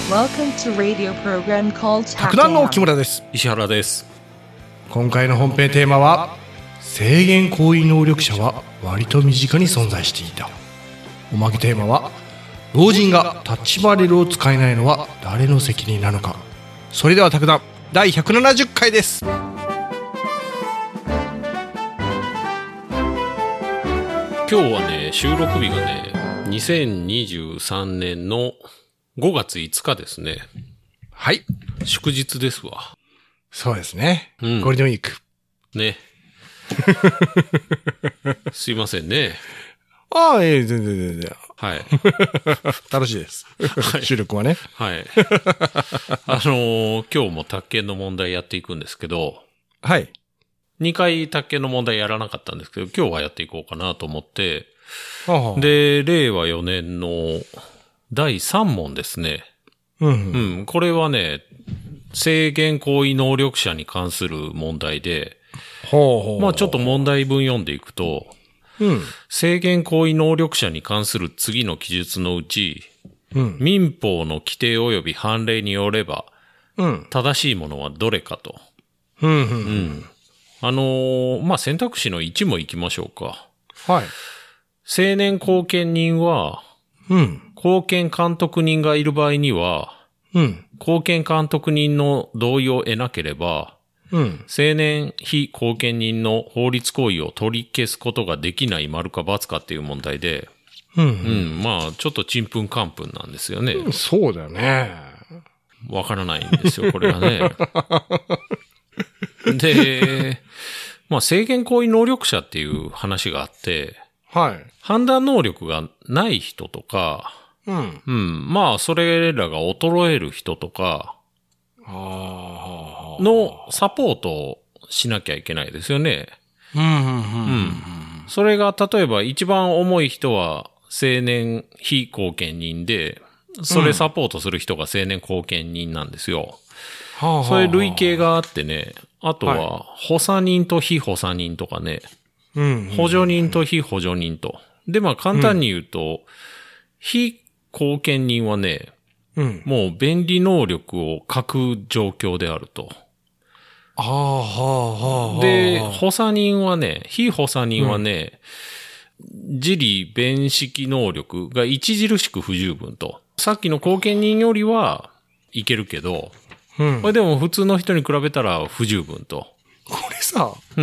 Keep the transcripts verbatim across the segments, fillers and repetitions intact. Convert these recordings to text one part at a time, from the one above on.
Welcome to radio program called 卓談の木村です。 石原です。 今回の本編テーマは、制限行為能力者は割と身近に存在していた。おまけテーマは、老人がタッチパネルを使えないのは誰の責任なのか。それでは卓談だいひゃくななじゅっかいです。 今日はね、収録日がね、にせんにじゅうさんねんのごがついつかですね。 はい。 祝日ですわ。 そうですね。 うん、 ゴールデンウィーク。 ね。すいませんね。 ああ、ええ、全然全然。 はい。 楽しいです。 はい、 収録はね。 はい。あのー、今日も宅建の問題やっていくんですけど。 はい。 にかい宅建の問題やらなかったんですけど、今日はやっていこうかなと思って。 はあ、 で、れいわよねんのだいさんもんですね。 うん、うん。 うん。これはね、制限行為能力者に関する問題で、 ほうほう。 まあちょっと問題文読んでいくと、 うん、 制限行為能力者に関する次の記述のうち、 うん、 民法の規定及び判例によれば、 うん、 正しいものはどれかと。 うん、うん。 うん。あのー、まあ選択肢のいちも行きましょうか。 はい。 青年後見人は、 うん。 後見監督人がいる場合には、 うん。 後見監督人の同意を得なければ、 うん。 青年非後見人の法律行為を取り消すことができない丸か×かっていう問題で、 うん。うん。 うん、まあ、ちょっとちんぷんかんぷんなんですよね。 そうだよね。 わからないんですよ、これがね。で、まあ、制限行為能力者っていう話があって、 はい。 判断能力がない人とか、 うん。 うん。まあ、それらが衰える人とか、のサポートをしなきゃいけないですよね。 うん。うん。うん。 うん。それが、例えば一番重い人は青年非後見人で、それサポートする人が青年後見人なんですよ。 うん、 そういう類型があってね、あとは、補佐人と非補佐人とかね、 うん、 補助人と非補助人と。で、まあ簡単に言うと、うん、非後見人はね、うん、もう便利能力を欠く状況であると。 はあ、はあ、はあ。 で、補佐人はね、非補佐人はね、うん、自利弁識能力が著しく不十分と。さっきの後見人よりはいけるけど、うん、これでも普通の人に比べたら不十分と。 これさ、 うん。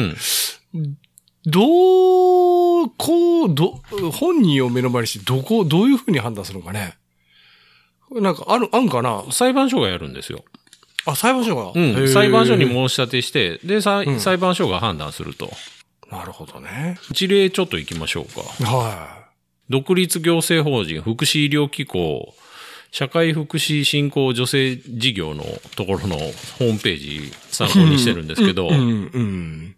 どう、こう、ど、本人を目の前にして、どこ、どういうふうに判断するのかね。なんか、ある、あんかな。 裁判所がやるんですよ。 あ、裁判所がうん。裁判所に申し立てして、で、裁、うん、裁判所が判断すると。 なるほどね。 一例ちょっと行きましょうか。 はい。 独立行政法人福祉医療機構社会福祉振興助成事業のところのホームページ参考にしてるんですけど、 うんうんうん、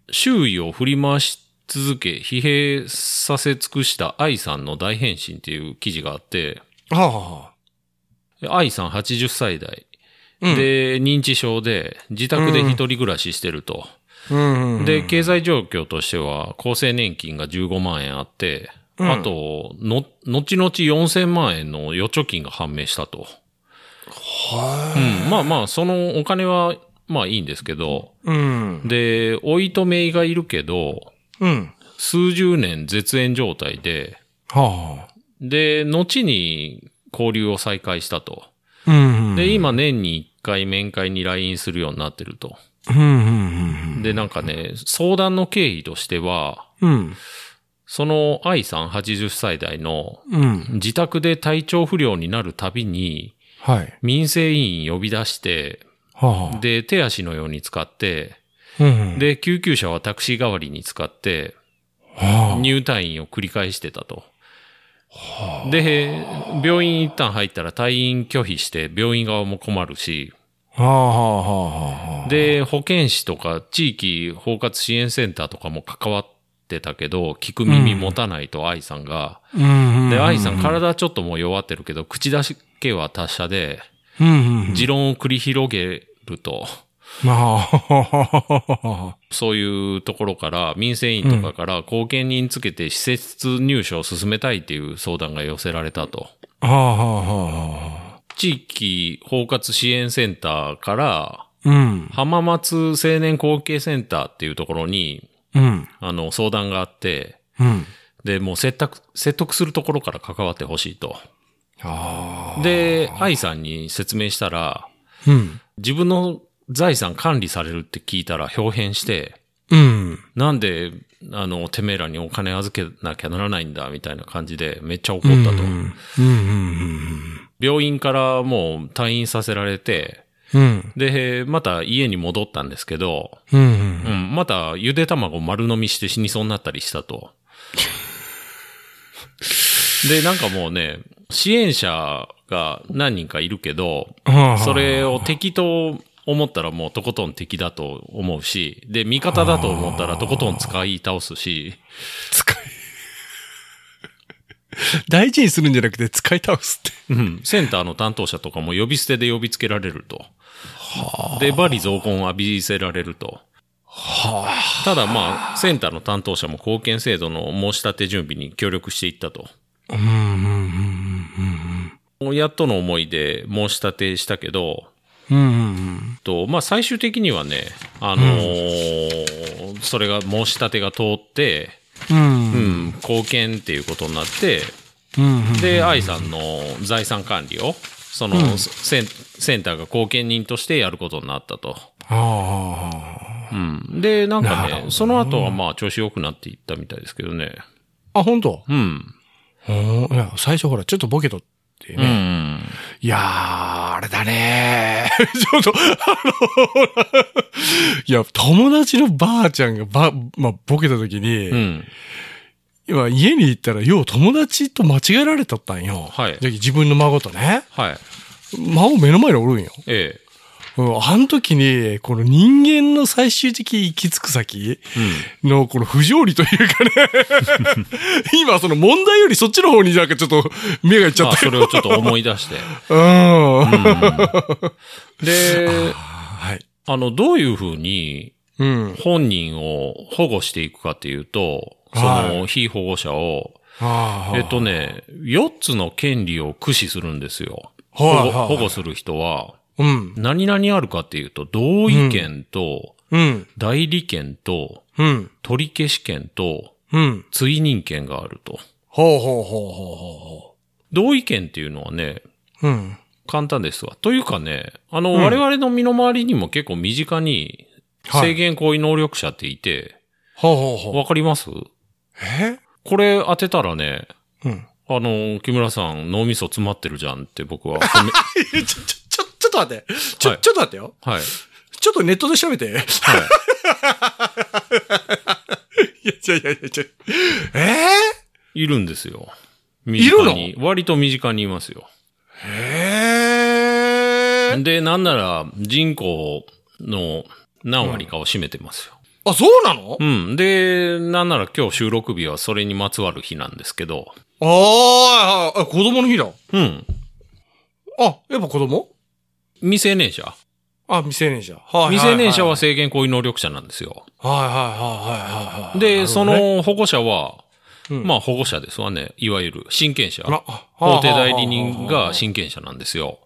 周囲を振り回し続け、疲弊させ尽くした愛さんの大変身っていう記事があって、 はあ、愛さんはちじゅっさい代、うん、で、認知症で自宅で一人暮らししてると、 うん、 で、経済状況としては厚生年金がじゅうごまんえんあって、うん、あと、の、後々よんせんまんえんの預貯金が判明したと。 はい。うん。まあまあ、そのお金は、まあいいんですけど、 うん。 で、おいとめいがいるけど、 うん。 数十年絶縁状態で、 はあ。 で、後に交流を再開したと。 うん。 で、今年にいっかい面会に来院するようになってると。 うん。 で、なんかね、相談の経緯としては、 うん。 その愛さんはちじゅっさい代の自宅で体調不良になるたびに民生委員呼び出して、で手足のように使って、で救急車はタクシー代わりに使って入退院を繰り返してたと。で病院一旦入ったら退院拒否して病院側も困るし、で保健師とか地域包括支援センターとかも関わってってたけど、聞く耳持たないと愛さんが。 うん、 で、愛さん体ちょっともう弱ってるけど、口出し系は達者で、 うん、 持論を繰り広げると。そういうところから、民生委員とかから後見人つけて施設入所を進めたいっていう相談が寄せられたと。 地域包括支援センターから、 うん、 浜松青年後継センターっていうところに、 うん、 あの、相談があって、 うん、 で、もう説得、説得するところから関わってほしいと。 あで、愛さんに説明したら、 うん、 自分の財産管理されるって聞いたら表変して、 うん、 なんで、あの、てめえらにお金預けなきゃならないんだ、みたいな感じでめっちゃ怒ったと。 うんうんうん、 病院からもう退院させられて、 うん、 で、また家に戻ったんですけど、 うんうんうん、またゆで卵丸飲みして死にそうになったりしたと。で、なんかもうね、支援者が何人かいるけど、それを敵と思ったらもうとことん敵だと思うし、で、味方だと思ったらとことん使い倒すし。 使い、大事にするんじゃなくて使い倒すって。 うん。センターの担当者とかも呼び捨てで呼びつけられると。で、罵詈雑言を浴びせられると。 はあ、 ただまあ、センターの担当者も貢献制度の申し立て準備に協力していったと。 うんうんうんうん、やっとの思いで申し立てしたけど、 うんうん、 とまあ最終的にはね、あのーうん、それが申し立てが通って、 うんうん、貢献っていうことになって、 うんうん、 で、愛さんの財産管理を、その、うん、セン、センターが後見人としてやることになったと。 あうん、で、なんかね、その後はまあ調子良くなっていったみたいですけどね。 あ、本当？ うん。 いや、最初ほら、ちょっとボケとってね。 うん、 いやー、あれだねー。ちょっと、あの、いや、友達のばあちゃんがば、まあ、ボケた時に、 うん、 今家に行ったら、よう友達と間違えられとったんよ。 はい。 じゃ自分の孫とね。 はい。 孫目の前におるんよ。 ええ。 あの時に、この人間の最終的行き着く先の、この不条理というかね、今その問題よりそっちの方になんかちょっと目がいっちゃった。 あ、それをちょっと思い出して。 うん、うん。 で、 はい、 あの、どういうふうに、本人を保護していくかっていうと、うん、その、被保護者を、 はい、 えっとね、よっつの権利を駆使するんですよ。保護、保護する人は。 うん、 何々あるかっていうと、同意権と、 うん、 代理権と、 うん、 取り消し権と、 うん、 追認権があると。 ほうほうほうほうほう。 同意権っていうのはね、 うん、 簡単ですわ。というかね、あの、うん、我々の身の回りにも結構身近に制限行為能力者っていて、 ほうほうほう。 わかります？ え？ これ当てたらね、 うん、 あの、木村さん脳みそ詰まってるじゃんって僕は。 ちょ、ちょ、ちょ、ちょっと待って。ちょ、はい、ちょっと待ってよ。 はい。 ちょっとネットで調べて。はい。いや、いやいやいや、ちょ、えぇ、ー、 いるんですよ。身近に。いるの？割と身近にいますよ。 へぇー。 で、なんなら人口の何割かを占めてますよ。 うん、あ、そうなの？ うん。で、なんなら今日収録日はそれにまつわる日なんですけど。 ああ、子供の日だ。 うん。 あ、やっぱ子供？ 未成年者。 あ、未成年者。はいはいはい、 未成年者は制限行為能力者なんですよ。 はいはいはいはいはい。 で、ね、その保護者は、 うん、 まあ保護者ですわね。いわゆる親権者。法定代理人が親権者なんですよ。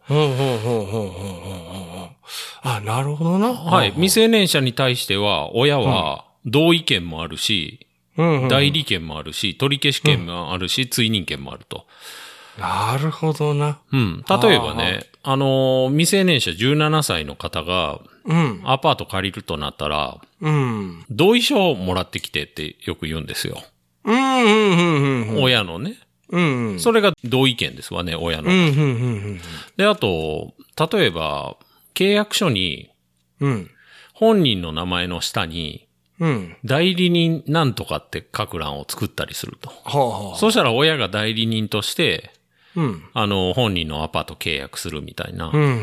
あ、なるほどな。 はい。未成年者に対しては、親は同意権もあるし、 うんうん、 代理権もあるし、取り消し権もあるし、うん、追認権もあると。 なるほどな。 うん。例えばね、あの、未成年者じゅうななさいの方が、 うん、 アパート借りるとなったら、 うん、 同意書をもらってきてってよく言うんですよ。 うんうんうんうん、 親のね。 うんうん、 それが同意権ですわね、親の。 うんうんうんうん、 で、あと、例えば、契約書に、 うん、 本人の名前の下に、 うん、 代理人なんとかって書く欄を作ったりすると。 はあはあ、 そしたら親が代理人として、 うん、 あの、本人のアパート契約するみたいな。 うんうんうん、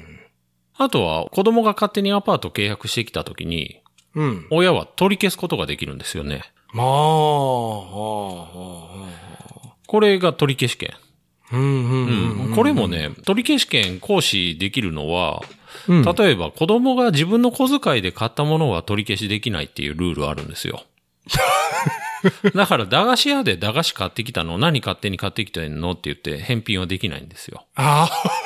あとは、子供が勝手にアパート契約してきたときに、 うん、 親は取り消すことができるんですよね。 まあ、はあはあ、 これが取り消し権。 うんうんうんうん、 これもね、取り消し権行使できるのは、 うん、 例えば子供が自分の小遣いで買ったものは取り消しできないっていうルールあるんですよ。だから駄菓子屋で駄菓子買ってきたの何勝手に買ってきたのって言って返品はできないんですよ。 あ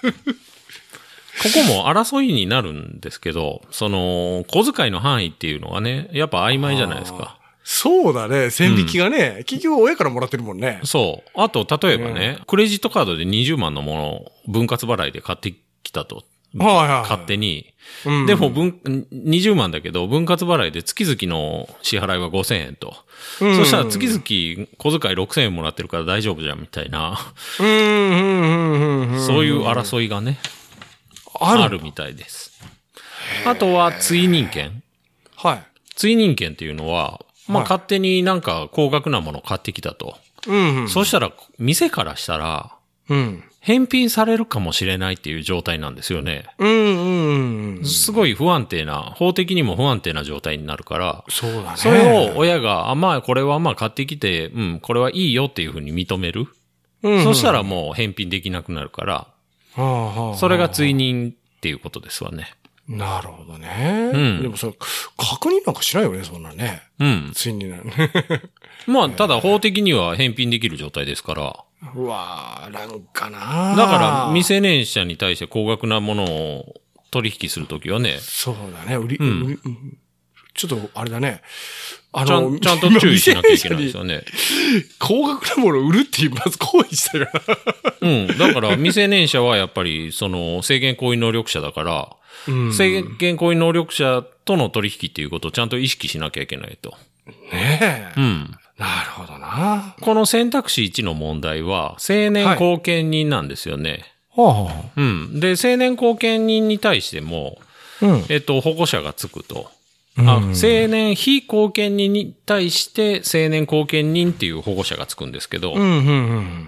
ここも争いになるんですけど、その、小遣いの範囲っていうのはね、やっぱ曖昧じゃないですか。 そうだね。線引きがね、うん、結局親からもらってるもんね。 そう。あと、例えばね、うん、クレジットカードでにじゅうまんのものを分割払いで買ってきたと。 はいはいはい、 勝手に。うん、でも分、にじゅうまんだけど、分割払いで月々の支払いはごせんえんと。うん、そしたら月々小遣いろくせんえんもらってるから大丈夫じゃんみたいな。そういう争いがね、ある、あるみたいです。あとは、追認権。 はい。 追認権っていうのは、まあ、勝手になんか高額なものを買ってきたと。 うんうん、 そしたら、店からしたら、 うん、 返品されるかもしれないっていう状態なんですよね。 うんうんうん、 すごい不安定な、法的にも不安定な状態になるから、 そうだね。 それを親が、あ、まあ、これはまあ買ってきて、うん、これはいいよっていうふうに認める。うんうん、そしたらもう返品できなくなるから、 はあはあ、 それが追認っていうことですわね。 なるほどね。 うん。 でもそれ、確認なんかしないよね、そんなね。 うん。 追認なの。 まあ、ただ法的には返品できる状態ですから。 うわー、なんかな。 だから、未成年者に対して高額なものを取引するときはね。 そうだね、売り、 うん、 売り、ちょっと、あれだね。 あのちゃん、ちゃんと注意しなきゃいけないですよね。 高額なものを売るっていう、まず行為したから。 うん。だから、未成年者はやっぱり、その、制限行為能力者だから、うん、制限行為能力者との取引っていうことをちゃんと意識しなきゃいけないと。 ねえ。 うん。 なるほどな。 この選択肢いちの問題は、成年後見人なんですよね。 はい、 うん。で、成年後見人に対しても、 うん、 えっと、保護者がつくと。あ、うん、成年非後見人に対して成年後見人っていう保護者がつくんですけど、 うんうんうん、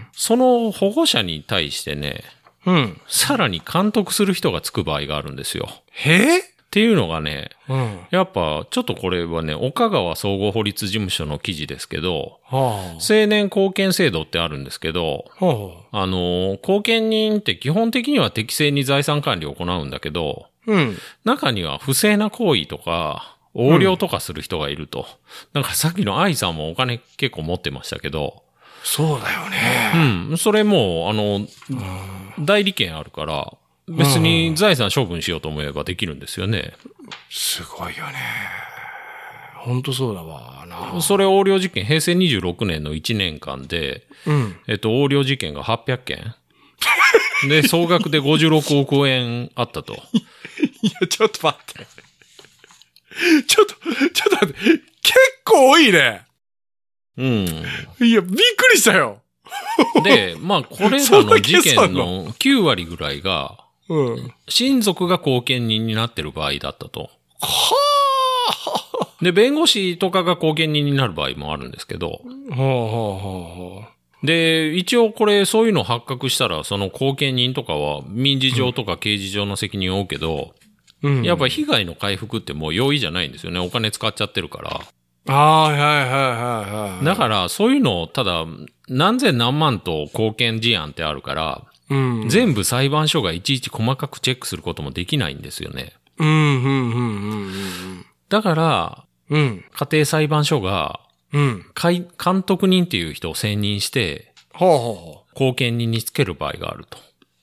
その保護者に対してね、 うん、 さらに監督する人がつく場合があるんですよ。 へぇっていうのがね、 うん、 やっぱちょっとこれはね、岡川総合法律事務所の記事ですけど、 はあ、 成年後見制度ってあるんですけど、 はあ、あの、後見人って基本的には適正に財産管理を行うんだけど、 うん、 中には不正な行為とか、横領とかする人がいると。うん、だからさっきの愛さんもお金結構持ってましたけど。 そうだよね。 うん。それも、あの、代理権あるから、別に財産処分しようと思えばできるんですよね。 すごいよね。ほんとそうだわな。 それ横領事件、平成にじゅうろくねんのいちねんかんで、 うん、 えっと、横領事件がはっぴゃっけん。で、総額でごじゅうろくおくえんあったと。 いや、ちょっと待って。ちょっと、ちょっと待って、結構多いね。 うん。 いや、びっくりしたよ。 で、まあ、これらの事件のきゅうわりぐらいが、 うん、 親族が後見人になってる場合だったと。 はあ。で、弁護士とかが後見人になる場合もあるんですけど。 はあはあはあ。 で、一応これ、そういうの発覚したら、その後見人とかは民事上とか刑事上の責任を負うけど、うん、やっぱり被害の回復ってもう容易じゃないんですよね。お金使っちゃってるから。 ああ、はいはいはいはい。 だから、そういうのを、ただ、何千何万と後見事案ってあるから、 うん、 全部裁判所がいちいち細かくチェックすることもできないんですよね。 うん、うん、うん、うん。 だから、 うん、 家庭裁判所が、 うん、 監督人っていう人を選任して、 はあはあ、 後見人につける場合があると。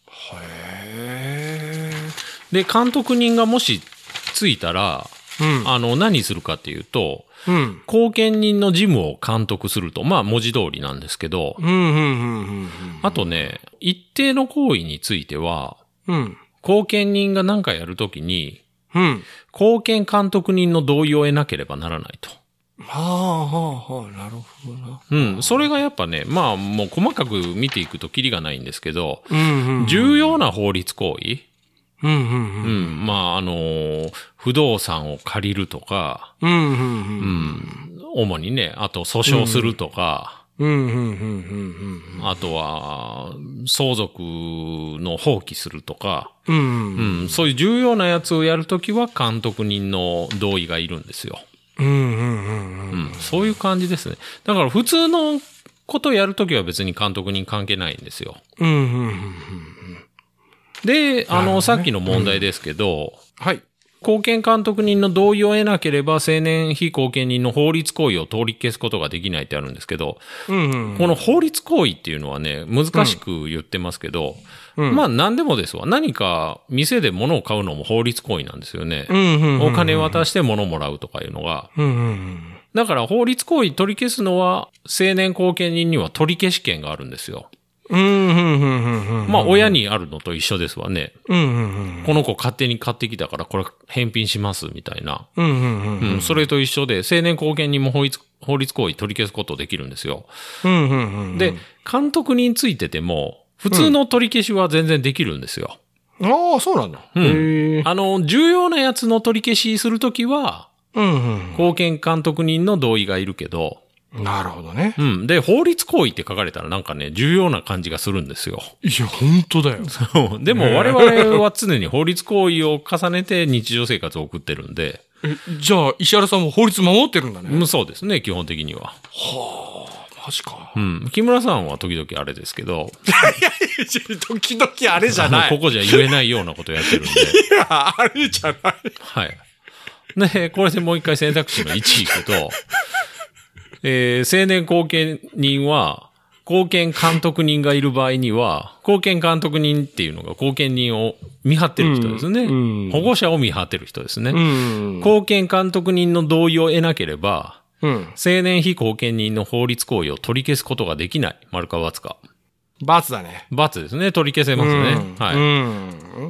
へー。 で、監督人がもしついたら、 うん、 あの、何するかっていうと、 うん、 後見人の事務を監督すると。まあ、文字通りなんですけど。 うんうんうんうん、 あとね、一定の行為については、 うん、 後見人が何かやるときに、 うん、 後見監督人の同意を得なければならないと。 はあ、はあ、はあ、なるほどな。 うん。それがやっぱね、まあ、もう細かく見ていくとキリがないんですけど、 うんうんうん、 重要な法律行為、 うんうんうんうん、まあ、あのー、不動産を借りるとか、 うんうんうんうん、主にね、あと訴訟するとか、 うんうんうんうんうん、 あとは、相続の放棄するとか、 うんうんうん、そういう重要なやつをやるときは監督人の同意がいるんですよ。 うんうんうんうんうん、そういう感じですね。だから普通のことをやるときは別に監督人関係ないんですよ。 うんうんうんうん、 で、あの、ね、さっきの問題ですけど、 うん、はい。 後見監督人の同意を得なければ青年非後見人の法律行為を取り消すことができないってあるんですけど、うんうんうん、この法律行為っていうのはね、難しく言ってますけど、うん、まあ何でもですわ。何か店で物を買うのも法律行為なんですよね。うんうんうんうん、お金渡して物もらうとかいうのが。うんうんうん、だから法律行為取り消すのは青年後見人には取り消し権があるんですよ。うんうんうんうん、まあ親にあるのと一緒ですわね、うんうんうん。この子勝手に買ってきたからこれ返品しますみたいな、うんうんうんうんうん。それと一緒で青年後見人も法律、法律行為取り消すことできるんですよ。うんうんうんうん、で、監督についてても普通の取り消しは全然できるんですよ。 うん、ああ、そうなんだ。 うん、へあの、重要なやつの取り消しするときは、うんうん、後見監督人の同意がいるけど、 なるほどね。 うん。で、法律行為って書かれたらなんかね、重要な感じがするんですよ。 いや、本当だよ。 そう。でも我々は常に法律行為を重ねて日常生活を送ってるんで。 え、じゃあ、石原さんも法律守ってるんだね。 うん、そうですね、基本的には。 はあ、マジか。 うん。木村さんは時々あれですけど。 いやいや、時々あれじゃない。 ここじゃ言えないようなことやってるんで。いや、あれじゃない。 はい。で、これでもう一回選択肢のいちいくと、えー、青年後見人は、後見監督人がいる場合には、後見監督人っていうのが後見人を見張ってる人ですね。うんうん、保護者を見張ってる人ですね。うん、後見監督人の同意を得なければ、うん、青年非後見人の法律行為を取り消すことができない。丸か×か。 ×だね。 ×ですね。取り消せますね。うん、はい、うん。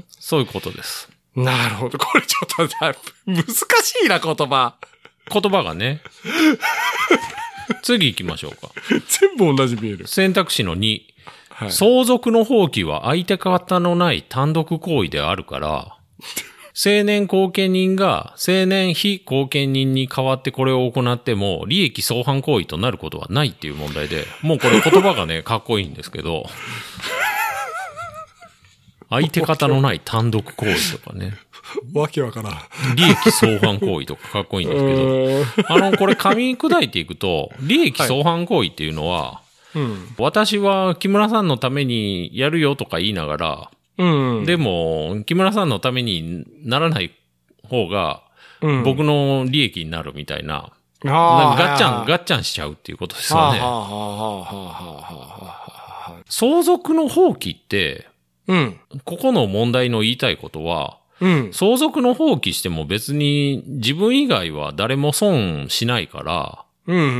そういうことです。 なるほど。これちょっと難しいな、言葉。 言葉がね。次行きましょうか。 全部同じ見える。 選択肢のに、はい、相続の放棄は相手方のない単独行為であるから、青年後見人が青年非後見人に代わってこれを行っても利益相反行為となることはないっていう問題で、もうこれ言葉がね、かっこいいんですけど、相手方のない単独行為とかね。 わけわからん。 利益相反行為とかかっこいいんですけど、あの、これ噛み砕いていくと、利益相反行為っていうのは、はいうん、私は木村さんのためにやるよとか言いながら、うんうん、でも、木村さんのためにならない方が、僕の利益になるみたいな、うん、ガッチャン、ガッチャンしちゃうっていうことですよね。相続の放棄って、うん、ここの問題の言いたいことは、うん、相続の放棄しても別に自分以外は誰も損しないから、うんうんうん、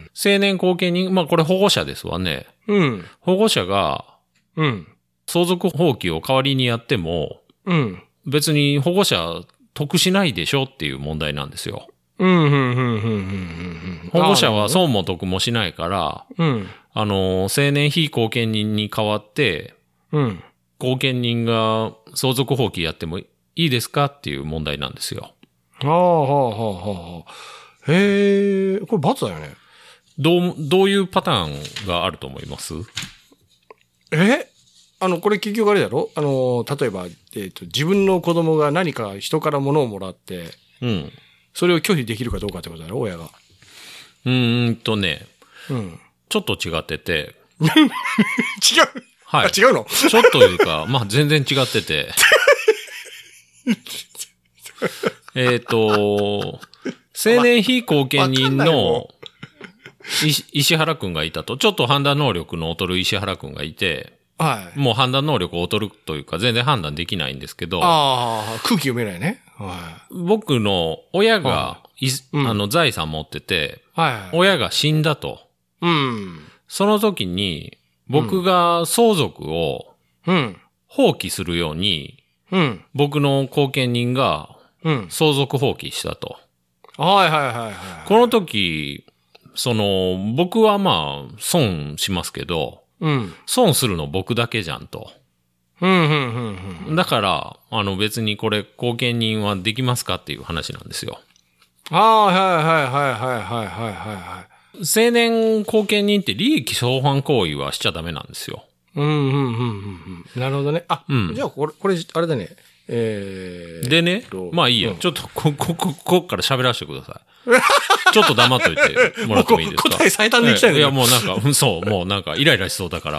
青年後見人、まあこれ保護者ですわね。うん、保護者が、うん、相続放棄を代わりにやっても、うん、別に保護者得しないでしょっていう問題なんですよ。保護者は損も得もしないから、うん、あの、青年非後見人に代わって、うん、後見人が相続放棄やってもいいですかっていう問題なんですよ。 はあはあはあはあ。へえ、これ×だよね。 どう、どういうパターンがあると思います？ えあの、これ結局あれだろあの、例えば、えっと、自分の子供が何か人から物をもらって、うん。それを拒否できるかどうかってことだろ親が。 うーんとね。うん。ちょっと違ってて。 違うはい。あ、違うのちょっというか、まあ全然違ってて。えっと、青年非後見人の石原くんがいたと、ちょっと判断能力の劣る石原くんがいて、はい。もう判断能力劣るというか全然判断できないんですけど。 ああ、空気読めないね。はい。 僕の親が、いうん、あの財産持ってて、はい。親が死んだと。うん。その時に、僕が相続を放棄するように、うん、僕の後見人が相続放棄したと。 うん、はいはいはいはい。 この時、その、僕はまあ、損しますけど、うん、損するの僕だけじゃんと。うんうんうんうん、だから、あの別にこれ後見人はできますかっていう話なんですよ。 ああ、はいはいはいはいはいはいはい。 青年後見人って利益相反行為はしちゃダメなんですよ。 うんうんうんうん。なるほどね。あ、うん、じゃあこれ、これ、あれだね。えー、でね、まあいいや。うん、ちょっとこ、こ、こ、こっから喋らせてください。ちょっと黙っといてもらってもいいですか？ 答え最短でいきたいね。 いやもうなんか、そう、もうなんかイライラしそうだから。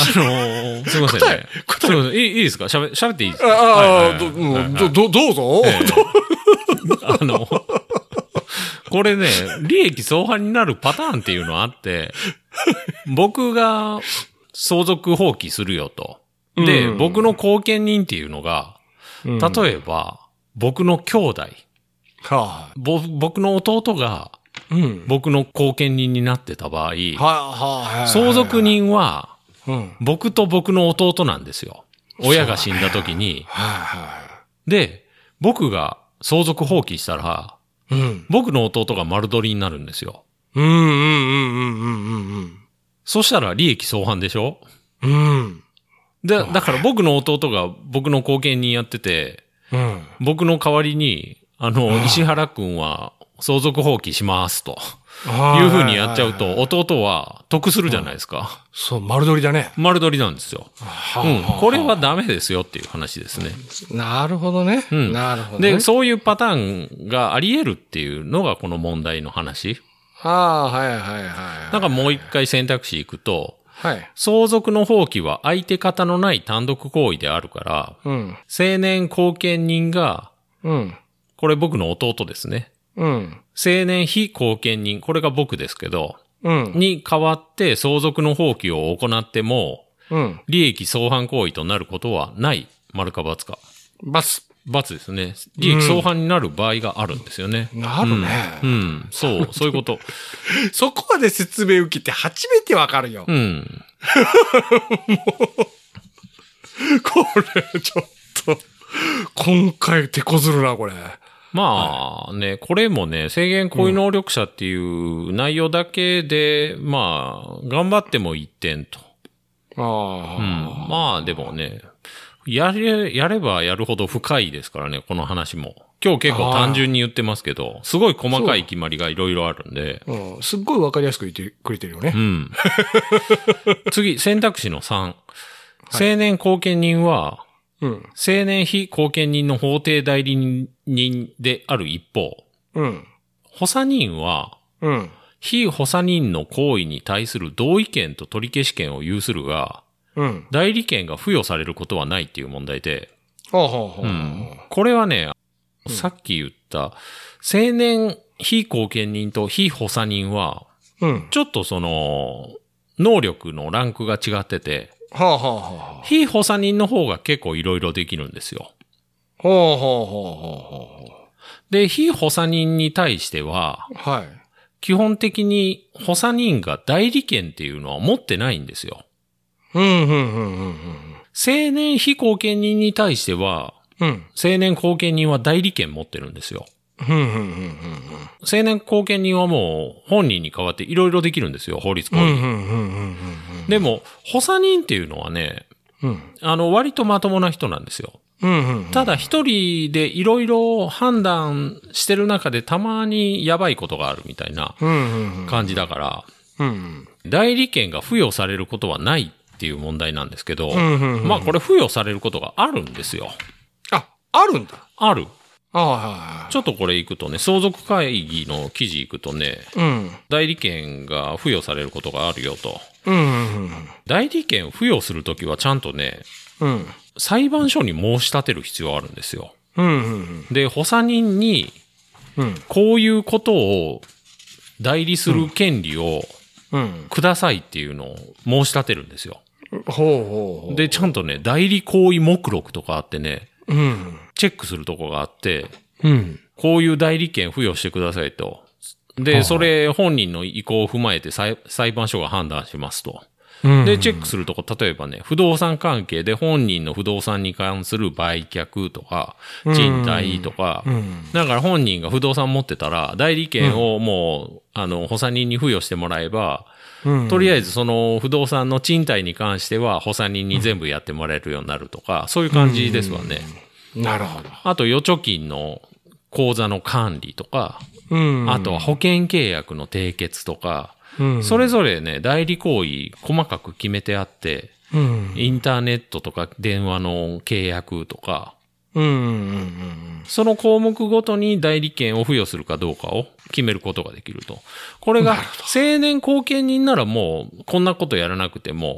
のー、すいませんね。答え、答え。すいません。いい、いいですか？喋、喋っていいですか？ ああ、 はいはいはいはい、ど、ど、どうぞ。えー、あの、これね、利益相反になるパターンっていうのがあって、僕が相続放棄するよと。で、うん、僕の後見人っていうのが、例えば、僕の兄弟、はあ、ぼ僕の弟が、うん、僕の後見人になってた場合、相続人は、僕と僕の弟なんですよ。親が死んだ時に。で、僕が相続放棄したら、うん、僕の弟が丸取りになるんですよ。うんうんうんうんうんうん。そしたら利益相反でしょ？うん。で、だから僕の弟が僕の後見人やってて、うん、僕の代わりに、あの、うん、石原くんは相続放棄しますと。いう風にやっちゃうと、弟は得するじゃないですか。うん、 そう、丸取りだね。 丸取りなんですよ。うん。これはダメですよっていう話ですね。 なるほどね。うん。なるほど、 ね。で、そういうパターンがあり得るっていうのがこの問題の話。 ああ、はいはいはい。 なんかもう一回選択肢行くと、はい、相続の放棄は相手方のない単独行為であるから、うん、成年後見人が、うん、これ僕の弟ですね。うん、成年非後見人、これが僕ですけど、うん、に代わって相続の放棄を行っても、うん、利益相反行為となることはない。丸か×か。 ×。 ×ですね。利益相反になる場合があるんですよね。 うん、なるね、 うん。うん。そう、そういうこと。 そこまで説明受けて初めてわかるよ。うん。もう、これちょっと、今回手こずるな、これ。 まあね、これもね、制限行為能力者っていう内容だけで、うん、まあ、頑張ってもいってんと。ああ。うん。まあでもね、やれ、やればやるほど深いですからね、この話も。今日結構単純に言ってますけど、すごい細かい決まりがいろいろあるんで。 うん。すっごいわかりやすく言ってくれてるよね。うん。 次、選択肢のさん。成年後見人は、うん、成年非後見人の法定代理人である一方、うん、補佐人は、うん、非補佐人の行為に対する同意権と取り消し権を有するが、うん、代理権が付与されることはないっていう問題で、うん、これはね、うん、さっき言った成年非後見人と非補佐人は、うん、ちょっとその能力のランクが違ってて、はあはあはあ、非補佐人の方が結構いろいろできるんですよ。はあはあはあはあ、で、非補佐人に対しては、はい、基本的に補佐人が代理権っていうのは持ってないんですよ。うんうんうんうんうん、成年非後見人に対しては、うん、成年後見人は代理権持ってるんですよ。うんうんうんうん、成年後見人はもう本人に代わっていろいろできるんですよ、法律行為。でも、補佐人っていうのはね、うん、あの、割とまともな人なんですよ。うんうんうん、ただ一人でいろいろ判断してる中でたまにやばいことがあるみたいな感じだから、うんうん、代理権が付与されることはないっていう問題なんですけど、うんうんうん、まあこれ付与されることがあるんですよ。 あ、あるんだ。 ある。 ああ、はい、 ちょっとこれ行くとね、相続会議の記事行くとね、うん、代理権が付与されることがあるよと。うんうんうん、代理権付与するときはちゃんとね、うん、裁判所に申し立てる必要あるんですよ。うんうんうん、で、補佐人に、こういうことを代理する権利をくださいっていうのを申し立てるんですよ。ほうほうほう。で、ちゃんとね、代理行為目録とかあってね、うん、チェックするとこがあって、うん、こういう代理権付与してくださいと。で、それ本人の意向を踏まえて 裁, 裁判所が判断しますと。で、チェックするとこ、例えばね、不動産関係で本人の不動産に関する売却とか、賃貸とか、だから本人が不動産持ってたら、代理権をもう、あの、補佐人に付与してもらえば、とりあえずその不動産の賃貸に関しては補佐人に全部やってもらえるようになるとか、そういう感じですわね。 なるほど。 あと、預貯金の口座の管理とか、あとは保険契約の締結とか、うん、それぞれね、代理行為細かく決めてあって、うん、インターネットとか電話の契約とか、うんうんうんうん、その項目ごとに代理権を付与するかどうかを決めることができると。これが成年後見人ならもうこんなことやらなくても、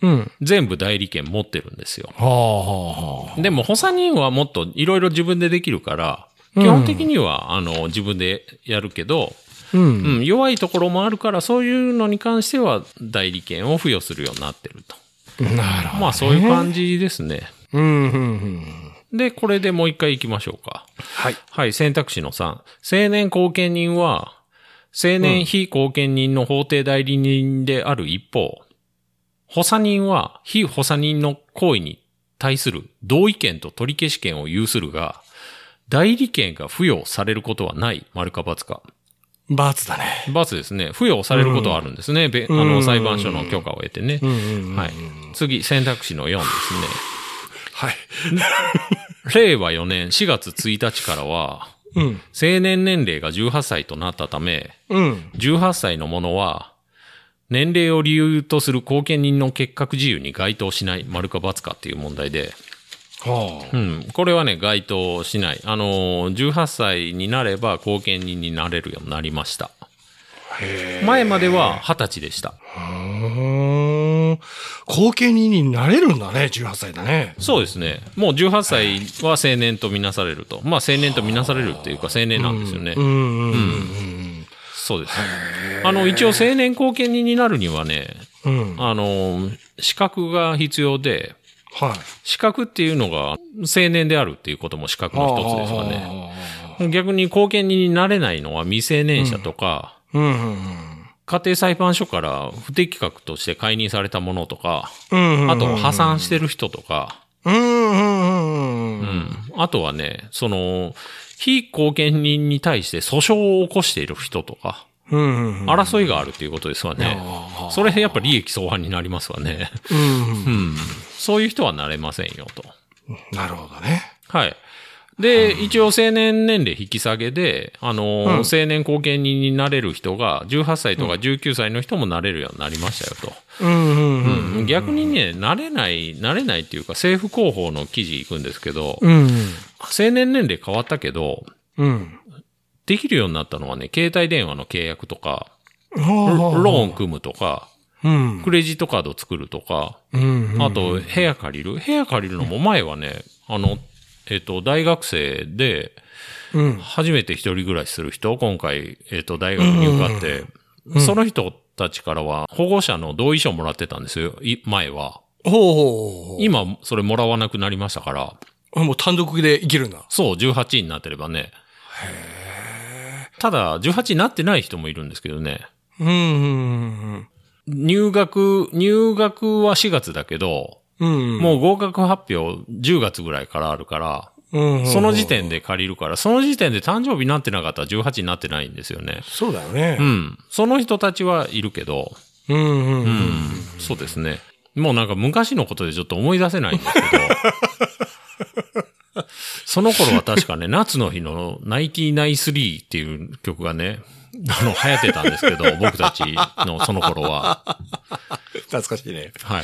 うん、全部代理権持ってるんですよ。はあはあ、でも補佐人はもっといろいろ自分でできるから、基本的には、あの、自分でやるけど、うんうん、弱いところもあるから、そういうのに関しては代理権を付与するようになってると。なるほど、ね。まあそういう感じですね。うんうんうん、で、これでもう一回行きましょうか。はい。はい、選択肢のさん。青年後見人は、青年非後見人の法定代理人である一方、補佐人は非補佐人の行為に対する同意権と取り消し権を有するが、代理権が付与されることはない。丸か×か。 ×だね。 ×ですね。付与されることはあるんですね。うん、あの、裁判所の許可を得てね。はい。次、選択肢のよんですね。はい。れいわよねんしがつついたちからは、うん、成年年齢がじゅうはっさいとなったため、うん、じゅうはっさいの者は、年齢を理由とする後見人の結核自由に該当しない。丸か×かっていう問題で、はあ、うん、これはね、該当しない。あの、じゅうはっさいになれば後見人になれるようになりました。前までははたちでした。 後見人になれるんだね、じゅうはっさいだね。 そうですね。もうじゅうはっさいは青年とみなされると。まあ青年とみなされるっていうか青年なんですよね。うんうんうん、そうです。あの、一応青年後見人になるにはね、うん、あの、資格が必要で、はい、資格っていうのが青年であるっていうことも資格の一つですわね。逆に後見人になれないのは未成年者とか、うんうんうんうん、家庭裁判所から不適格として解任されたものとか、うんうんうんうん、あと破産してる人とか、うんうんうんうん、あとはね、その、非後見人に対して訴訟を起こしている人とか、うんうんうん、争いがあるっていうことですわね。それでやっぱ利益相反になりますわね、うんうんうん。そういう人はなれませんよと。 なるほどね。 はい。で、一応成年年齢引き下げで、あの、うん、青年後見人になれる人がじゅうはっさいとかじゅうきゅうさいの人もなれるようになりましたよと。うん、逆にね、なれない、なれないっていうか政府広報の記事行くんですけど、うん、成年年齢変わったけど、うん、できるようになったのはね、携帯電話の契約とか、ローン組むとか、うん、クレジットカード作るとか、うんうんうん、あと部屋借りる部屋借りるのも前はね、あの、えっと、大学生で、初めて一人暮らしする人、今回、えっと、大学に受かって、うんうんうん、その人たちからは保護者の同意書をもらってたんですよ、前は。ほうほうほう。今、それもらわなくなりましたから。 もう単独でいけるんだ。 そう、じゅうはちになってればね。へー。ただ、じゅうはちになってない人もいるんですけどね。うんうんうん、入学、入学はしがつだけど、うんうん、もう合格発表じゅうがつぐらいからあるから、うんうん、その時点で借りるから、その時点で誕生日になってなかったらじゅうはちになってないんですよね。 そうだよね。 うん。その人たちはいるけど、うんうんうんうん、そうですね。もうなんか昔のことでちょっと思い出せないんですけど、その頃は確かね、夏の日のナインティナインスリーっていう曲がね、あの、流行ってたんですけど、僕たちのその頃は。 懐かしいね。 はい。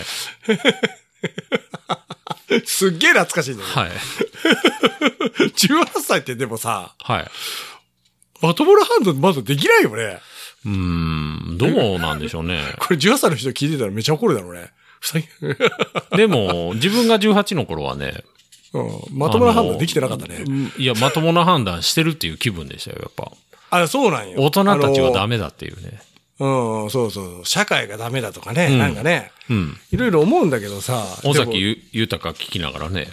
すっげえ懐かしいね。 はい。 じゅうはっさいってでもさ、 はい。 まともなハンドまだできないよね。 うーん、どうなんでしょうね。 これじゅうはっさいの人聞いてたらめちゃ怒るだろうね。 でも、自分がじゅうはちの頃はね、 うん、まともな判断できてなかったね。 いや、まともな判断してるっていう気分でしたよ、やっぱ。 あ、そうなんよ。 大人たちはダメだっていうね。 うん、そうそう。社会がダメだとかね、うん、なんかね。うん。いろいろ思うんだけどさ。 尾崎豊聞きながらね。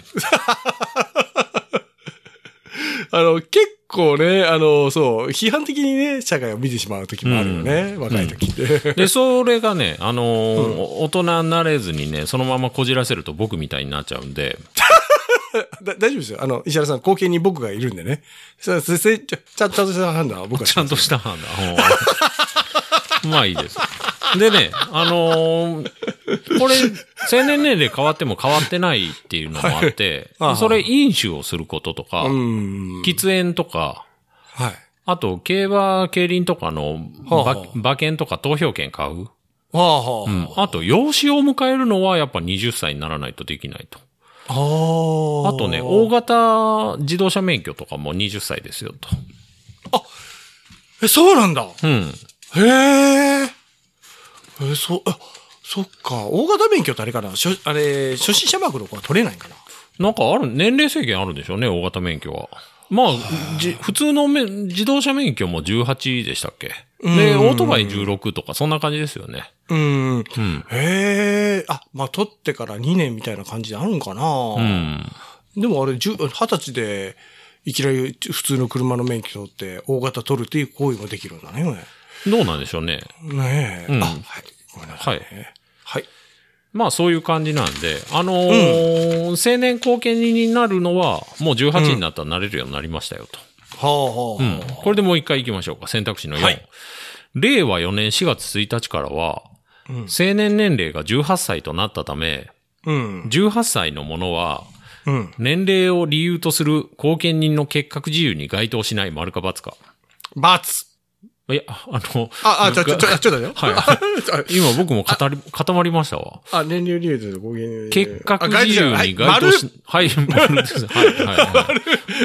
あの、結構ね、あの、そう、批判的にね、社会を見てしまう時もあるよね、うん、若い時って、 うん。で、それがね、あのーうん、大人になれずにね、そのままこじらせると僕みたいになっちゃうんで。 だ大丈夫ですよ。あの、石原さん、後見に僕がいるんでね。ちゃんとした判断は僕はします。 ちゃんとした判断。まあいいです。でね、あのー、これ、成年年齢変わっても変わってないっていうのもあって、はい、それ飲酒をすることとか、喫煙とか、はい、あと、競馬、競輪とかの馬、はあはあ、馬券とか投票券買う。はあはあうん、あと、養子を迎えるのはやっぱはたちにならないとできないと。あとね、大型自動車免許とかもはたちですよと。 あ、え、そうなんだ。 うん。 へえ。え、そう、あ、 そっか。大型免許ってあれかな、しょあれ、初心者枠の子は取れないかな。 なんかある、年齢制限あるんでしょうね、大型免許は。まあ、じ普通のめ自動車免許もじゅうはちでしたっけ？で、オートバイじゅうろくとかそんな感じですよね。 うん。うん、へえ。あ、まあ、取ってからにねんみたいな感じであるんかな。うん。でもあれ、はたちでいきなり普通の車の免許取って大型取るっていう行為もできるんだね。 どうなんでしょうね。 ねえ。うん、あ、はい。 ごめんなさい。はい。はい。まあそういう感じなんで、あのーうん、成年後見人になるのは、もうじゅうはちになったらなれるようになりましたよと。はあ、はあ、うん。これでもう一回行きましょうか。選択肢のよん。はい、れいわよねんしがつついたちからは、うん、成年年齢がじゅうはっさいとなったため、うん、じゅうはっさいのものは、うん、年齢を理由とする後見人の結核自由に該当しない丸か×か。 ×。 いや、あの、 あ、あ、ちょ、ちょ、ちょ、ちょだよ。 はい。今僕も固り、固まりましたわ。 あ、年齢理由で合計結核自由に該当し、はい、丸です。はい、はい、はい。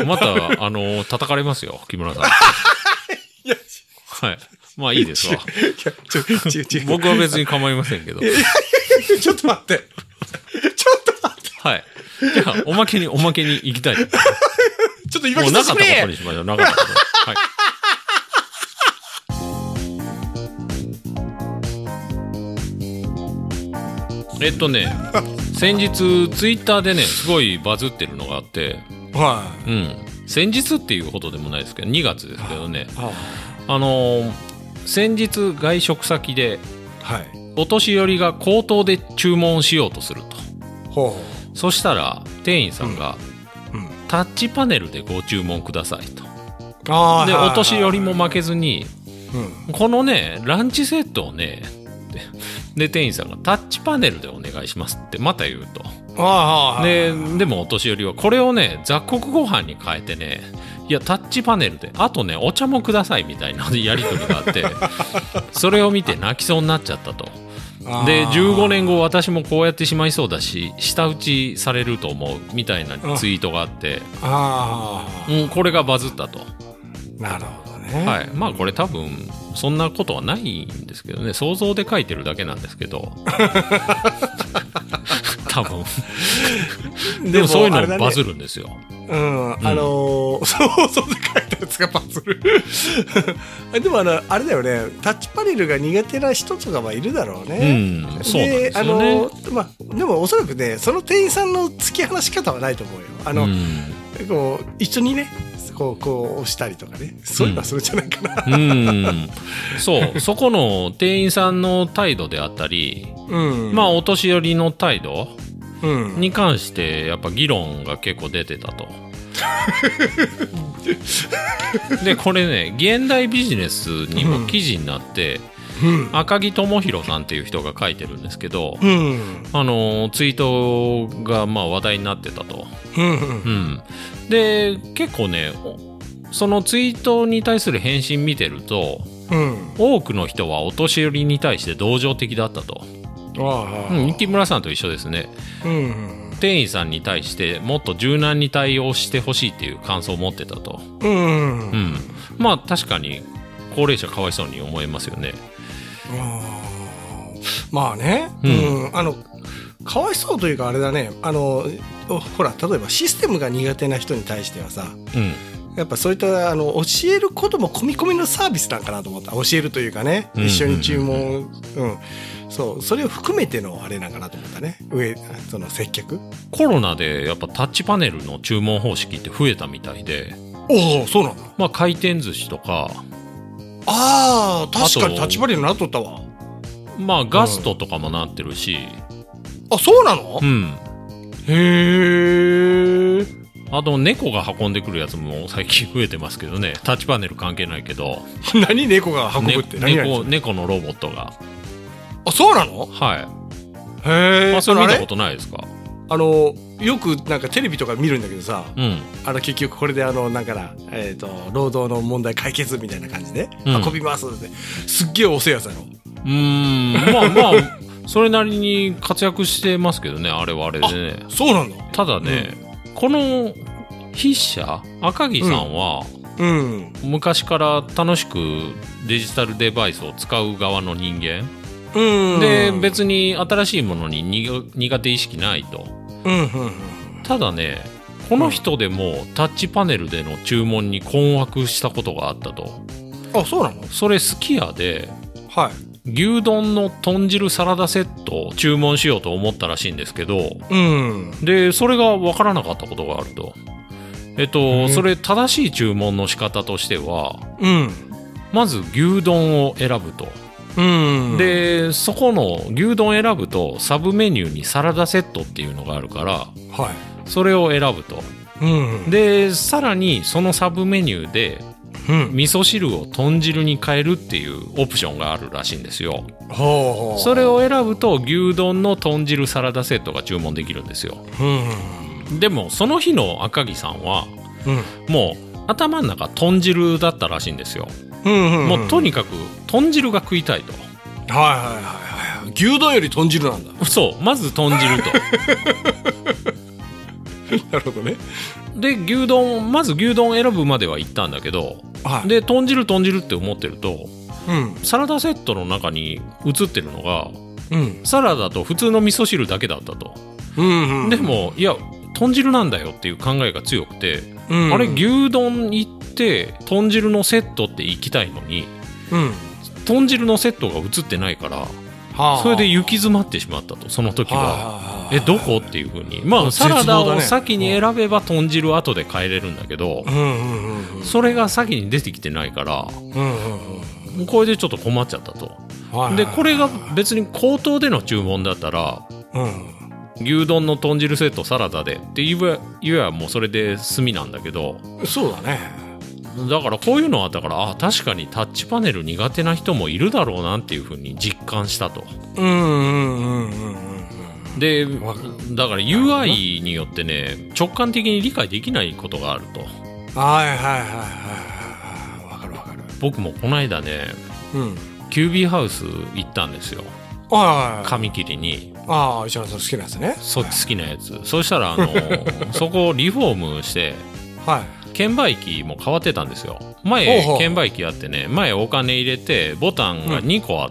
また、あの、叩かれますよ、木村さん。いや、はい。まあいいですわ。いや、ちょ、ちょ、ちょ、僕は別に構いませんけど。 ちょっと待って。ちょっと待って。 はい。じゃあ、おまけに、おまけに行きたい。ちょっと今もうなかったことにしましょう、なかったこと。はい。えっとね、先日ツイッターでねすごいバズってるのがあって、はい、うん、先日っていうほどでもないですけどにがつですけどね、はあ、あのー、先日外食先で、はい、お年寄りが口頭で注文しようとすると、ほう、そしたら店員さんが、うんうん、タッチパネルでご注文くださいと。あでお年寄りも負けずに、うん、このねランチセットをねで店員さんがタッチパネルでお願いしますってまた言うと。ああででもお年寄りはこれをね雑穀ご飯に変えてね、いやタッチパネルであとねお茶もくださいみたいなやり取りがあってそれを見て泣きそうになっちゃったと。でじゅうごねんご私もこうやってしまいそうだし舌打ちされると思うみたいなツイートがあって、ああ、うん、これがバズったと。 なるほどね。 はい、まあこれ多分そんなことはないんですけどね、想像で書いてるだけなんですけど多分でもそういうのバズるんですよ。 うん、うん、あのー、想像で書いたやつがバズるでもあのあれだよね、タッチパネルが苦手な人とかはいるだろうね。 うん、そうなんですよね。あのー、 まあ、でもおそらくねその店員さんの突き放し方はないと思うよ。あの、うん、こう一緒にねこうこう押したりとかね、そういうのはするんじゃないかな、うん、 うんそうそこの店員さんの態度であったり、うん、まあお年寄りの態度に関してやっぱ議論が結構出てたとでこれね現代ビジネスにも記事になって、うん、赤木智弘さんっていう人が書いてるんですけど、うん、あのツイートがまあ話題になってたと、うんうん、で結構ねそのツイートに対する返信見てると、うん、多くの人はお年寄りに対して同情的だったと。ああ、うん、木村さんと一緒ですね、うんうん、店員さんに対してもっと柔軟に対応してほしいっていう感想を持ってたと、うんうんうん、まあ確かに高齢者かわいそうに思いますよね。 あまあね、うん、うん、あのかわいそうというかあれだね、あのほら例えばシステムが苦手な人に対してはさ、うん、やっぱそういったあの教えることも込み込みのサービスなんかなと思った。教えるというかね、一緒に注文、うん、うん、そうそれを含めてのあれなんかなと思ったね。上その接客。 コロナでやっぱタッチパネルの注文方式って増えたみたいで。 おお、そうなんだ。 まあ回転寿司とか。 ああ確かにタッチパネルになっとったわ。 まあガストとかもなってるし、 うん、あそうなの。うんへえ。 あと猫が運んでくるやつも最近増えてますけどね。タッチパネル関係ないけど何猫が運ぶって、ね、 何猫, 猫のロボットが。 あそうなの。 はいへえ。 それ見たことないですか。 あのよくなんかテレビとか見るんだけどさ、うん、あの結局これであのなんかな、えーと、労働の問題解決みたいな感じで、うん、運びますってすっげえ遅いやつだろ。 うーんまあまあそれなりに活躍してますけどね、あれはあれでね。 そうなんだ。 ただね、うん、この筆者赤木さんは、うんうん、昔から楽しくデジタルデバイスを使う側の人間うん、で別に新しいものに苦手意識ないと、うんうんうん、ただねこの人でもタッチパネルでの注文に困惑したことがあったと。 あ、そうなの？ それすき家で、 はい、 牛丼の豚汁サラダセットを注文しようと思ったらしいんですけど、うん、でそれが分からなかったことがあると。えっと、うん、それ正しい注文の仕方としては、うん、まず牛丼を選ぶと、うん、でそこの牛丼選ぶとサブメニューにサラダセットっていうのがあるから、はい、それを選ぶと、うん、でさらにそのサブメニューで、うん、味噌汁を豚汁に変えるっていうオプションがあるらしいんですよ。ほう。それを選ぶと牛丼の豚汁サラダセットが注文できるんですよ、うん、でもその日の赤木さんは、うん、もう頭の中豚汁だったらしいんですよ、うんうんうん、もうとにかく豚汁が食いたいと。 はいはいはいはい。牛丼より豚汁なんだ。 そう、まず豚汁となるほどね。 で牛丼まず牛丼選ぶまでは行ったんだけど、はい、で豚汁豚汁って思ってると、うん、サラダセットの中に映ってるのが、うん、サラダと普通の味噌汁だけだったと、うんうんうん、でもいや豚汁なんだよっていう考えが強くて、うんうん、あれ牛丼行って豚汁のセットって行きたいのに、うん、豚汁のセットが映ってないから、はあ、それで行き詰まってしまったと。その時は、はあ、えどこっていう風に、まあサラダを先に選べば豚汁後で変えれるんだけど、うんうんうん、それが先に出てきてないから、うんうんうん、これでちょっと困っちゃったと、はい、でこれが別に口頭での注文だったら、うん、牛丼の豚汁セットサラダでって言えばもうそれで済みなんだけど。 そうだね。 だからこういうのあったから、あ確かにタッチパネル苦手な人もいるだろうなっていう風に実感したと。うんうんうんうんうん。でだから ユーアイ によってね直感的に理解できないことがあると。 はいはいはいはいわかるわかる。 僕もこの間ね、うん、キュービーハウス行ったんですよ。紙切りに。 ああ石原さん好きなやつね。 そう好きなやつ。そうしたらあのそこをリフォームして。はい。券売機も変わってたんですよ。前券売機あってね、前お金入れてボタンがにこあって、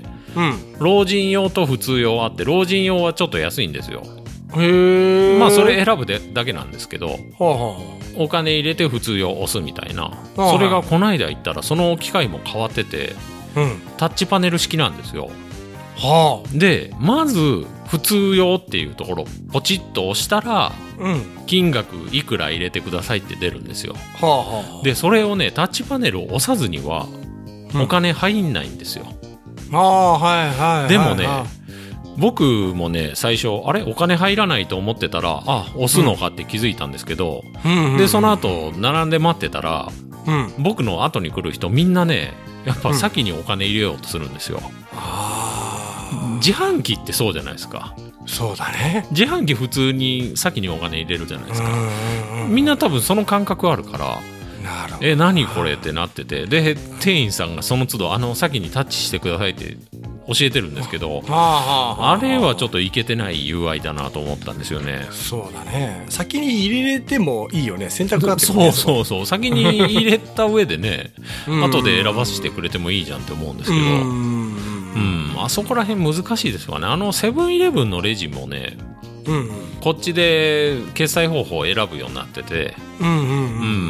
うん、老人用と普通用あって、老人用はちょっと安いんですよ。へえ。まあそれ選ぶだけなんですけど、はあはあ、お金入れて普通用押すみたいな、はあ、それがこの間行ったらその機械も変わってて、うん、タッチパネル式なんですよ。はあ、でまず普通用っていうところポチッと押したら、うん、金額いくら入れてくださいって出るんですよ。はあはあ、でそれをねタッチパネルを押さずにはお金入んないんですよ。うん、あはいはいはい、でもね、はい、僕もね最初あれお金入らないと思ってたらあ押すのかって気づいたんですけど、うん、でその後並んで待ってたら、うん、僕の後に来る人みんなねやっぱ先にお金入れようとするんですよ。うん、自販機ってそうじゃないですか。 そうだね。 自販機普通に先にお金入れるじゃないですか。みんな多分その感覚あるから、なるほど、え何これってなってて、で店員さんがその都度あの先にタッチしてくださいって教えてるんですけど、あれはちょっといけてない ユーアイ だなと思ったんですよね。 そうだね。先に入れてもいいよね。選択があっても、ね、そうそうそう。先に入れた上でね後で選ばせてくれてもいいじゃんって思うんですけど、うんうん、あそこら辺難しいですよね。あのセブンイレブンのレジもね、うんうん、こっちで決済方法を選ぶようになってて、うんうんうんうん、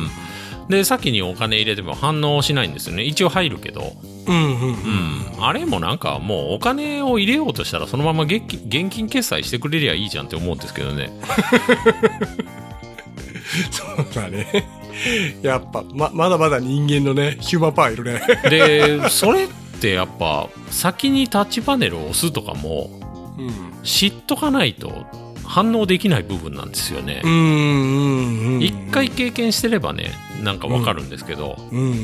で先にお金入れても反応しないんですよね。一応入るけど、うんうんうんうん、あれもなんかもうお金を入れようとしたらそのまま現金、現金決済してくれりゃいいじゃんって思うんですけどねそうだね。やっぱ ま, まだまだ人間のねヒューマンパワーいるねでそれってやっぱ先にタッチパネルを押すとかも、うん、知っとかないと反応できない部分なんですよね。うんうんうん、一回経験してればねなんかわかるんですけど、うんうんうんうん、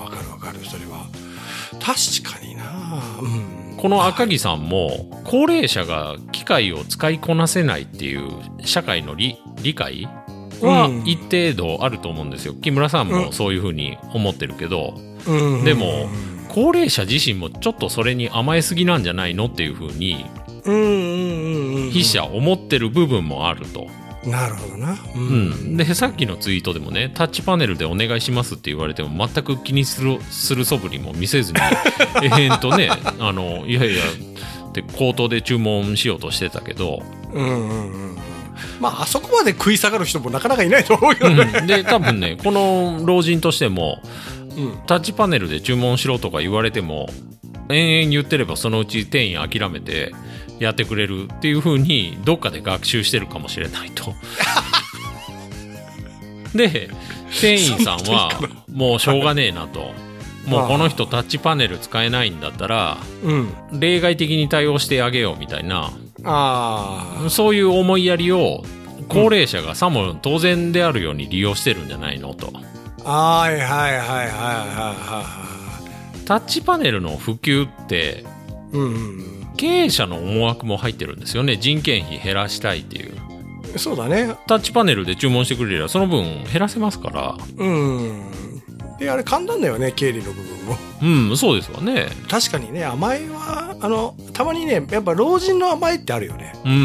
わかるわかる。それは確かにな、うん、 この赤木さんも高齢者が機械を使いこなせないっていう社会の 理, 理解は一定度あると思うんですよ。木村さんもそういうふうに思ってるけど、うん、でも高齢者自身もちょっとそれに甘えすぎなんじゃないのっていうふうに筆者思ってる部分もあると。 なるほどな、 うんうん、でさっきのツイートでもねタッチパネルでお願いしますって言われても全く気にするする素振りも見せずにええんとねあのいやいやって口頭で注文しようとしてたけど、うんうんうん、 まああそこまで食い下がる人もなかなかいないと思うよね、 うん、で多分ねこの老人としても、うん、タッチパネルで注文しろとか言われても延々言ってればそのうち店員諦めてやってくれるっていう風にどっかで学習してるかもしれないとで店員さんはもうしょうがねえなともうこの人タッチパネル使えないんだったら、うん、例外的に対応してあげようみたいなあそういう思いやりを高齢者がさも当然であるように利用してるんじゃないのと、うん、 はいはいはいはいはいはいタッチパネルの普及って、うんうん、経営者の思惑も入ってるんですよね。人件費減らしたいっていう。 そうだね。 タッチパネルで注文してくれればその分減らせますから。 うん。であれ簡単だよね経理の部分も。 うんそうですわね。 確かにね甘えはあのたまにねやっぱ老人の甘えってあるよね。 うん。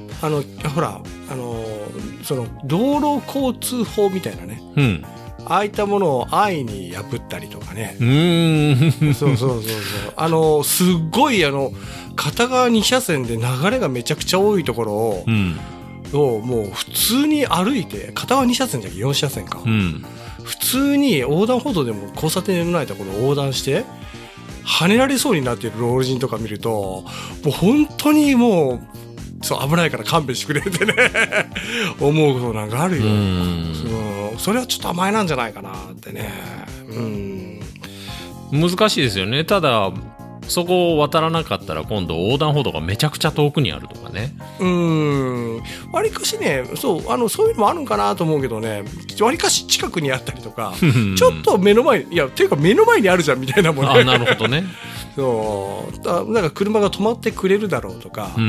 あのほらあのその道路交通法みたいなね。うん。ああいったものを安易に破ったりとかね。うーんそうそうそうそう。あのすっごいあの片側に車線で流れがめちゃくちゃ多いところを、うん、をもう普通に歩いて片側に車線じゃなくてよん車線か、うん、普通に横断歩道でも交差点のないところを横断して跳ねられそうになっている老人とか見るともう本当にもうそう危ないから勘弁してくれってね思うことなんかあるよ。うんそうそれはちょっと甘えなんじゃないかなってね。うん難しいですよね。ただそこを渡らなかったら今度横断歩道がめちゃくちゃ遠くにあるとかね。 うーんわりかしねそうあのそういうのもあるんかなと思うけどねわりかし近くにあったりとかちょっと目の前いやていうか目の前にあるじゃんみたいなもんね。 あなるほどね。 そうだなんか車が止まってくれるだろうとか、うん、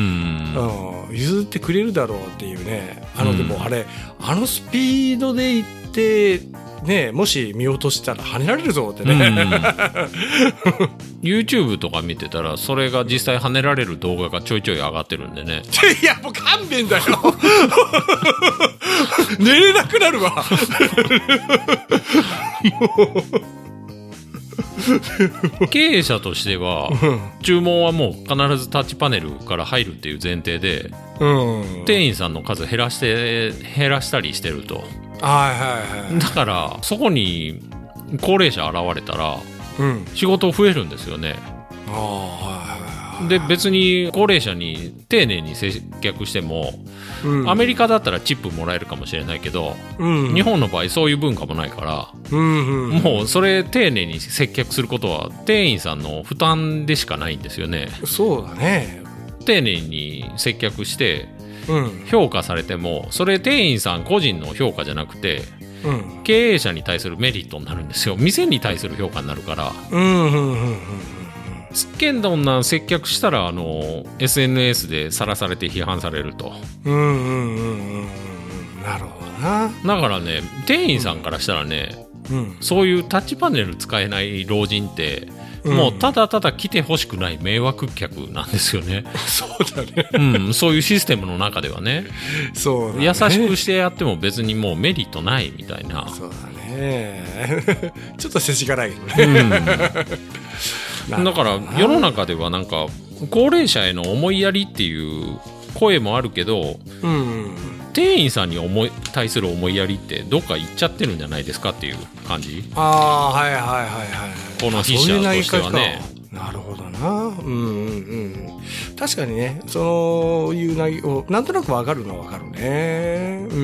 うん、譲ってくれるだろうっていうねあの、うん、でもあれあのスピードで行ってねもし見落としたら跳ねられるぞってね、うん、 YouTube とか見てたらそれが実際跳ねられる動画がちょいちょい上がってるんでね。 いやもう勘弁だよ寝れなくなるわもう経営者としては注文はもう必ずタッチパネルから入るっていう前提で、うん、店員さんの数減らして減らしたりしてると。はいはいはい。だからそこに高齢者現れたら、うん、仕事増えるんですよね。あ、はいはいはい。で別に高齢者に丁寧に接客しても、うん、アメリカだったらチップもらえるかもしれないけど、うん、日本の場合そういう文化もないから、うんうん、もうそれ丁寧に接客することは店員さんの負担でしかないんですよね。 そうだね。 丁寧に接客して評価されてもそれ店員さん個人の評価じゃなくて、うん、経営者に対するメリットになるんですよ。店に対する評価になるから、うんうんうんうん、つっけんどんな接客したらあの エスエヌエス でさらされて批判されると。うんうんうんうんなるほどな。 だからね店員さんからしたらね、うん、そういうタッチパネル使えない老人ってうん、もうただただ来てほしくない迷惑客なんですよね。 そうだね、 うん、そういうシステムの中ではね。 そうだね。 優しくしてやっても別にもうメリットないみたいな。 そうだねちょっと世知辛いけどね、 うん、だから世の中ではなんか高齢者への思いやりっていう声もあるけど、うん、店員さんに思い対する思いやりってどっか行っちゃってるんじゃないですかっていう感じ。 ああはいはいはいはい。 この筆者としてはね。 なるほどな。うんうんうん。確かにねそういう内容なんとなくわかるのはわかるね。うん。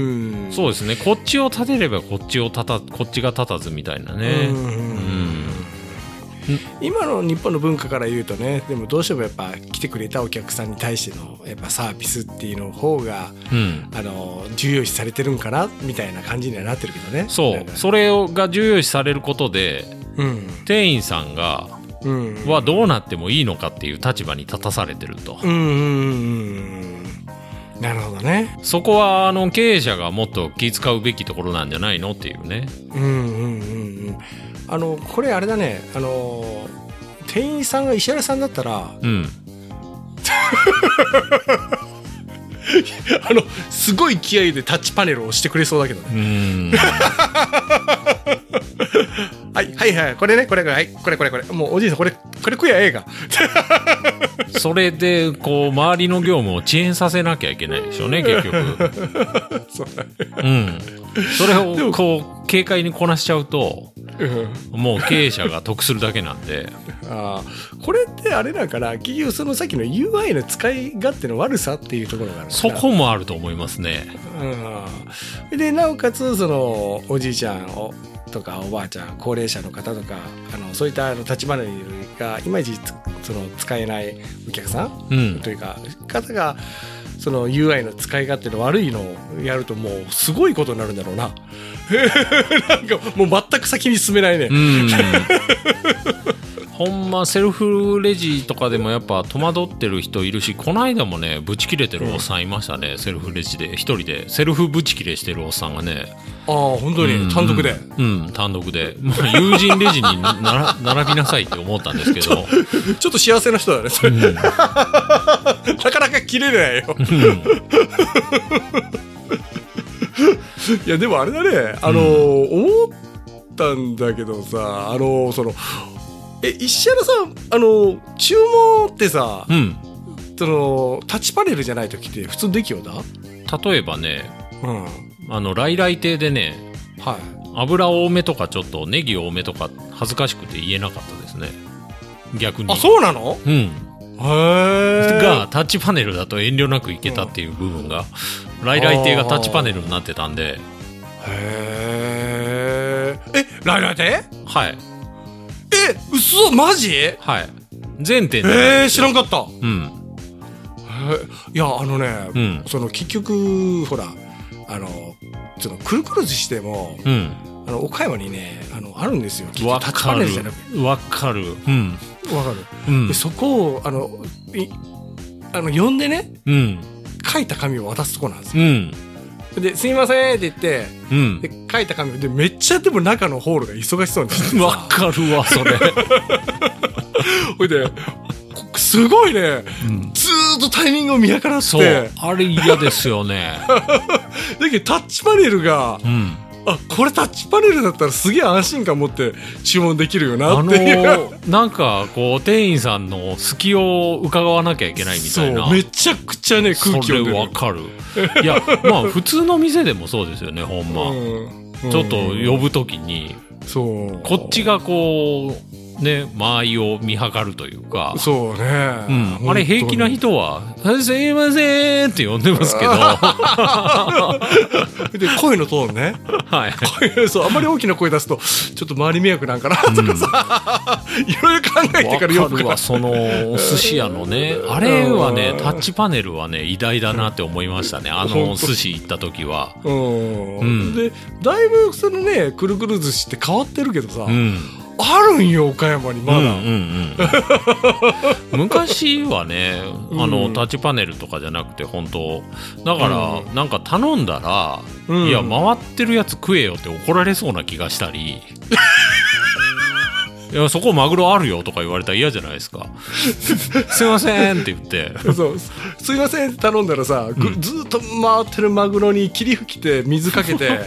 そうですね。こっちを立てればこっちを立たこっちが立たずみたいなね。うんうんうん今の日本の文化から言うとねでもどうしてもやっぱ来てくれたお客さんに対してのやっぱサービスっていうの方が、うん、あの重要視されてるんかなみたいな感じにはなってるけどね。 そうそれが重要視されることで、うん、店員さんが、うん、はどうなってもいいのかっていう立場に立たされてると。うんうんうんなるほどね。 そこはあの経営者がもっと気遣うべきところなんじゃないのっていうね。うんうんうんうんあのこれあれだねあの店員さんが石原さんだったら、うん、 あのすごい気合いでタッチパネルを押してくれそうだけどね。うーんはいはいはい、これね、これはいこれこれこれもうおじいさんこれこれ食やええかそれでこう周りの業務を遅延させなきゃいけないでしょうね結局。そうだね。うん。それをこう軽快にこなしちゃうと、うん、もう経営者が得するだけなんで。 ああ、これってあれなんかな、結局そのさっきの ユーアイ の使い勝手の悪さっていうところがある。 そこもあると思いますね。 うん。でなおかつそのおじいちゃんをとかおばあちゃん高齢者の方とかあのそういったあの立場がいまいちその使えないお客さん、うん、というか方がその ユーアイ の使い勝手の悪いのをやるともうすごいことになるんだろうな。なんかもう全く先に進めないね。うんほんまセルフレジとかでもやっぱ戸惑ってる人いるし、この間もねブチ切れてるおっさんいましたね、うん、セルフレジで一人でセルフブチ切れしてるおっさんがね。ああ本当に、うん、単独でうん、うん、単独で、まあ、友人レジにな並びなさいって思ったんですけどちょっと幸せな人だねそれ、うん、なかなか切れないよ、うん、いやでもあれだね、あのーうん、思ったんだけどさ、あのー、そのえ石原さん、あの注文ってさ、うん、そのタッチパネルじゃない時って普通できようだ。 例えばね、うん、あの来来亭でね、はい、油多めとかちょっとネギ多めとか恥ずかしくて言えなかったですね逆に。 あそうなの？うん。へー。がタッチパネルだと遠慮なくいけたっていう部分が、うん、来来亭がタッチパネルになってたんで。 へー。え来来亭？ はい。 え、嘘マジ？ はい。全店で。 えー、知らんかった。うん。いやあのね、うん、その結局ほらあのそのくるくる寿司でも、うん、あの岡山にねあのあるんですよ。 わかる。わかる。うん。 わかる。うん、でそこをあのいあの呼んでね、うん、書いた紙を渡すとこなんですよ。うんですいませんって言って、うん、で書いた紙でめっちゃでも中のホールが忙しそうにしてわかるわそれほいですごいね、うん、ずーっとタイミングを見計らって、 そうあれ嫌ですよねだけどタッチパネルが、うん、あこれタッチパネルだったらすげえ安心感持って注文できるよなっていう、あのー、なんかこう店員さんの隙を伺わなきゃいけないみたいな。 そうめちゃくちゃね空気をそれわかるいやまあ普通の店でもそうですよねほんま、うんうん、ちょっと呼ぶときにそうこっちがこうね、間合いを見計るというか。 そうね、 うん、あれ平気な人はすいませんって呼んでますけどで声のトーンね、はい、声そうあまり大きな声出すとちょっと周り迷惑なんかなとかさ、うん、いろいろ考えてからよくわかるわそのお寿司屋のねあれはねタッチパネルはね偉大だなって思いましたね、あの寿司行った時は。うん、 うん、でだいぶそのねくるくる寿司って変わってるけどさ、うんあるんよ岡山にまだ、うんうんうん、昔はねあの、うん、タッチパネルとかじゃなくて本当だから、うん、なんか頼んだら、うん、いや回ってるやつ食えよって怒られそうな気がしたりいやそこマグロあるよとか言われたら嫌じゃないですかすいませんって言ってそうすいませんって頼んだらさ、うん、ずっと回ってるマグロに霧吹きて水かけて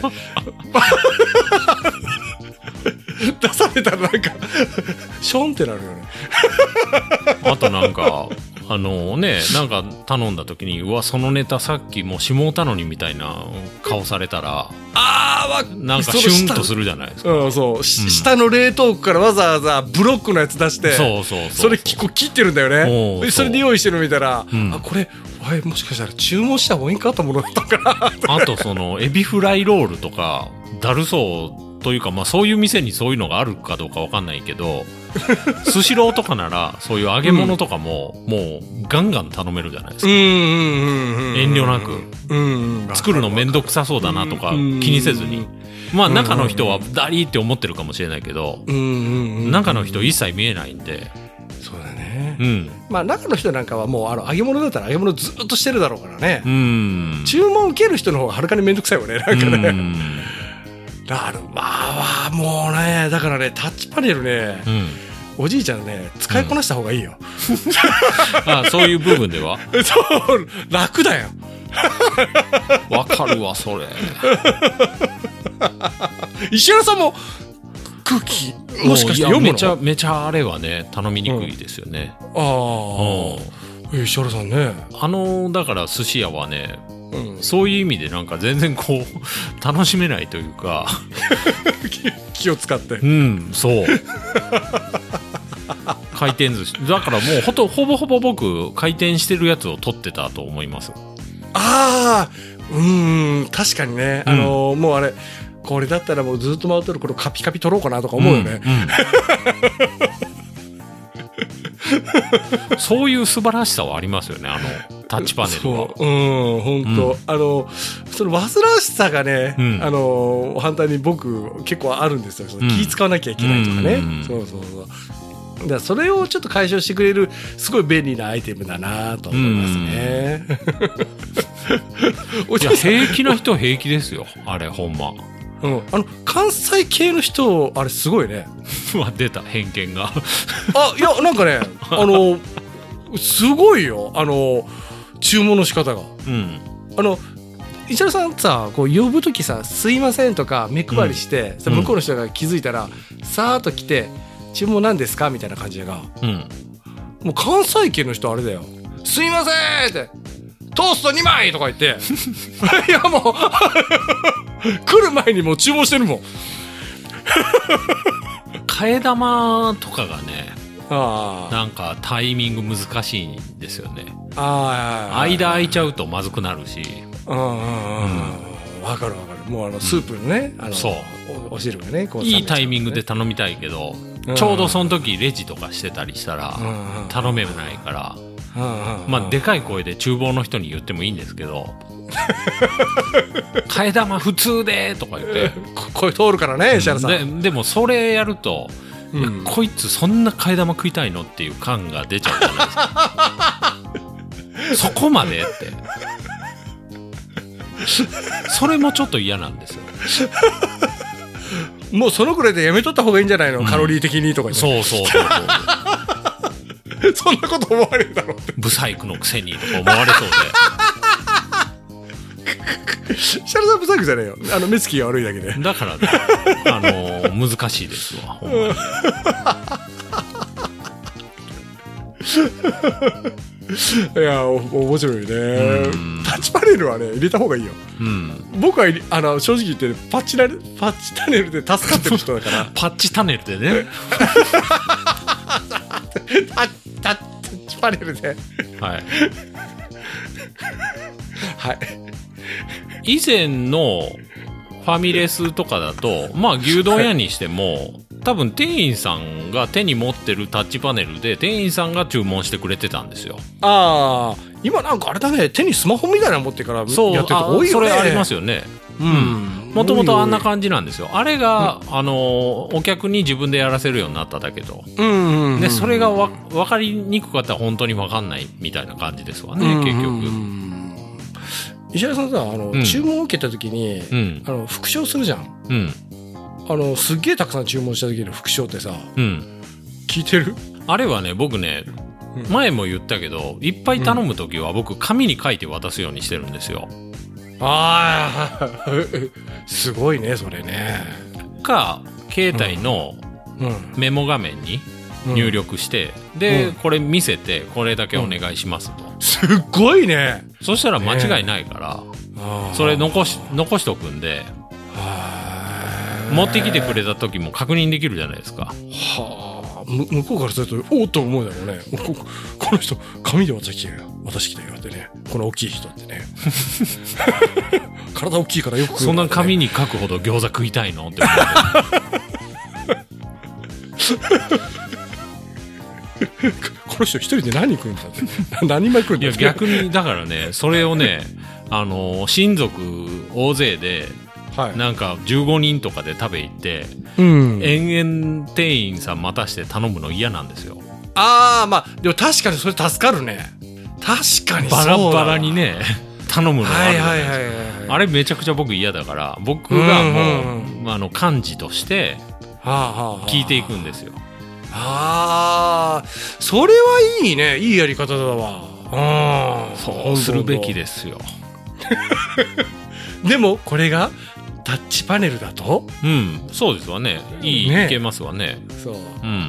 出されたらなんかションってなるよねあとなんかあのねなんか頼んだ時にうわそのネタさっきもうしもうたのにみたいな顔されたらあーなんかシュンとするじゃないですか。 うんそう、うん、下の冷凍庫からわざわざブロックのやつ出してそうそうそうそれ結構切ってるんだよね。それで用意してるの見たら、うん、あこれもしかしたら注文した方がいいかと思ったかなあとそのエビフライロールとかだるそうというか、まあ、そういう店にそういうのがあるかどうかわかんないけどスシローとかならそういう揚げ物とかも、うん、もうガンガン頼めるじゃないですか。遠慮なく、うんうん、作るのめんどくさそうだなとか気にせずに、まあ中の人はダリーって思ってるかもしれないけど、うんうんうん、中の人一切見えないんで。 そうだね、うんまあ、中の人なんかはもうあの揚げ物だったら揚げ物ずっとしてるだろうからね、うん、注文受ける人の方がはるかにめんどくさいよねなんかね、うんなるまあもうねだからねタッチパネルね、うん、おじいちゃんね使いこなした方がいいよ、 うん、あそういう部分ではそう楽だよわかるわそれ。 石原さんも空気もしかして読むの？ めちゃめちゃあれはね頼みにくいですよね、 うん、ああ、石原さんね、 あのだから寿司屋はね、うん、そういう意味でなんか全然こう楽しめないというか気を使って、 うんそう回転寿司だからもうほとほぼほぼ僕回転してるやつを取ってたと思います。 ああ、うーん、確かにね、うん、あのー、もうあれこれだったらもうずっと回ってるこのカピカピ取ろうかなとか思うよね、 うんうん、そういう素晴らしさはありますよね、あのタッチパネルは。 そう、うん、本当、うん、あのその煩わしさがね、うん、あの反対に僕結構あるんですよ。その気使わなきゃいけないとかね、うん、そうそうそう。だからそれをちょっと解消してくれるすごい便利なアイテムだなと思いますね。 いや平気な人は平気ですよあれほんま。 うん、あの関西系の人あれすごいね。 出た偏見が。 あ、いやなんかねあのすごいよ、あの注文の仕方が。うん、あの石原さんさこう呼ぶときさすいませんとか目配りして、うん、向こうの人が気づいたら、うん、さーっと来て注文何ですかみたいな感じが、うん、もう関西圏の人あれだよ、すいませんってトーストにまいとか言っていやもう来る前にもう注文してるもん。 替え玉とかがね、あなんかタイミング難しいんですよね。あ間空いちゃうとまずくなるし。うんうんうん、 分かる分かる。もうあのスープのね、うん、あのそう お, お汁がねこう、 ね、いいタイミングで頼みたいけど、うん、ちょうどその時レジとかしてたりしたら頼めないから、うんうん、まあでかい声で厨房の人に言ってもいいんですけど替え玉普通でとか言って声通るからね、石原さん。 で, でもそれやると、うん、こいつそんな替え玉食いたいのっていう感が出ちゃうじゃないですか。そこまでってそれもちょっと嫌なんですよ。 もうそのくらいでやめとった方がいいんじゃないの、うん、カロリー的にとか、ね、 そうそうそうそうそんなこと思われるだろうって。 ブサイクのくせにとか思われそうで。石原さんブサイクじゃないよ、あの目つきが悪いだけで。 だからね、あのー、難しいですわほんまに。 いや面白いね。タッチパネルはね入れた方がいいよ、うん、僕はあの正直言って、ね、パッチナルパッチタネルで助かってる人だから。 パッチタネルでねタ, タ, タッチパネルではいはい。以前のファミレスとかだとまあ牛丼屋にしても多分店員さんが手に持ってるタッチパネルで店員さんが注文してくれてたんですよ。 ああ、今なんかあれだね、手にスマホみたいなの持ってからやってると多いよね。 そう、それありますよね。うん。もともとあんな感じなんですよ。あれが、うん、あのお客に自分でやらせるようになっただけど、うんうんうん、でそれがわ分かりにくかったら本当に分かんないみたいな感じですわね、うんうん、結局。石原さんさ、あの、うん、注文を受けた時に、うん、あの復唱するじゃん。うん。あのすっげえたくさん注文した時の復唱ってさ、うん、聞いてる？ あれはね僕ね、うん、前も言ったけどいっぱい頼む時は僕紙に書いて渡すようにしてるんですよ。 ああすごいねそれね。 か携帯のメモ画面に入力して、うん、で、うん、これ見せてこれだけお願いしますと、 うん、すっごいね。 そしたら間違いないから、ね、それ残し残しとくんで、持ってきてくれた時も確認できるじゃないですか。 はあ、向こうからするとおーっと思うだろうね。こ, この人紙で渡してきたよ渡してきたよってね、この大きい人ってね体大きいからよく食う、ね、 そんな紙に書くほど餃子食いたいのってこの人一人で何食うんだって何枚食うんだって。 いや逆にだからねそれをねあの親族大勢ではい、なんかじゅうごにんとかで食べ行って、うん、延々店員さん待たして頼むの嫌なんですよ。 ああ、まあでも確かにそれ助かるね。確かにそうだバラバラにね頼むのあるじゃないですか、はいはいはいはい、あれめちゃくちゃ僕嫌だから僕がもう、うんうん、あの幹事として聞いていくんですよ。 ああ、それはいいね、いいやり方だわ。 あ、そうするべきですよ。 でもこれがタッチパネルだと、 うん、そうですわね。いい、ね、いけますわね。 そう、 うん、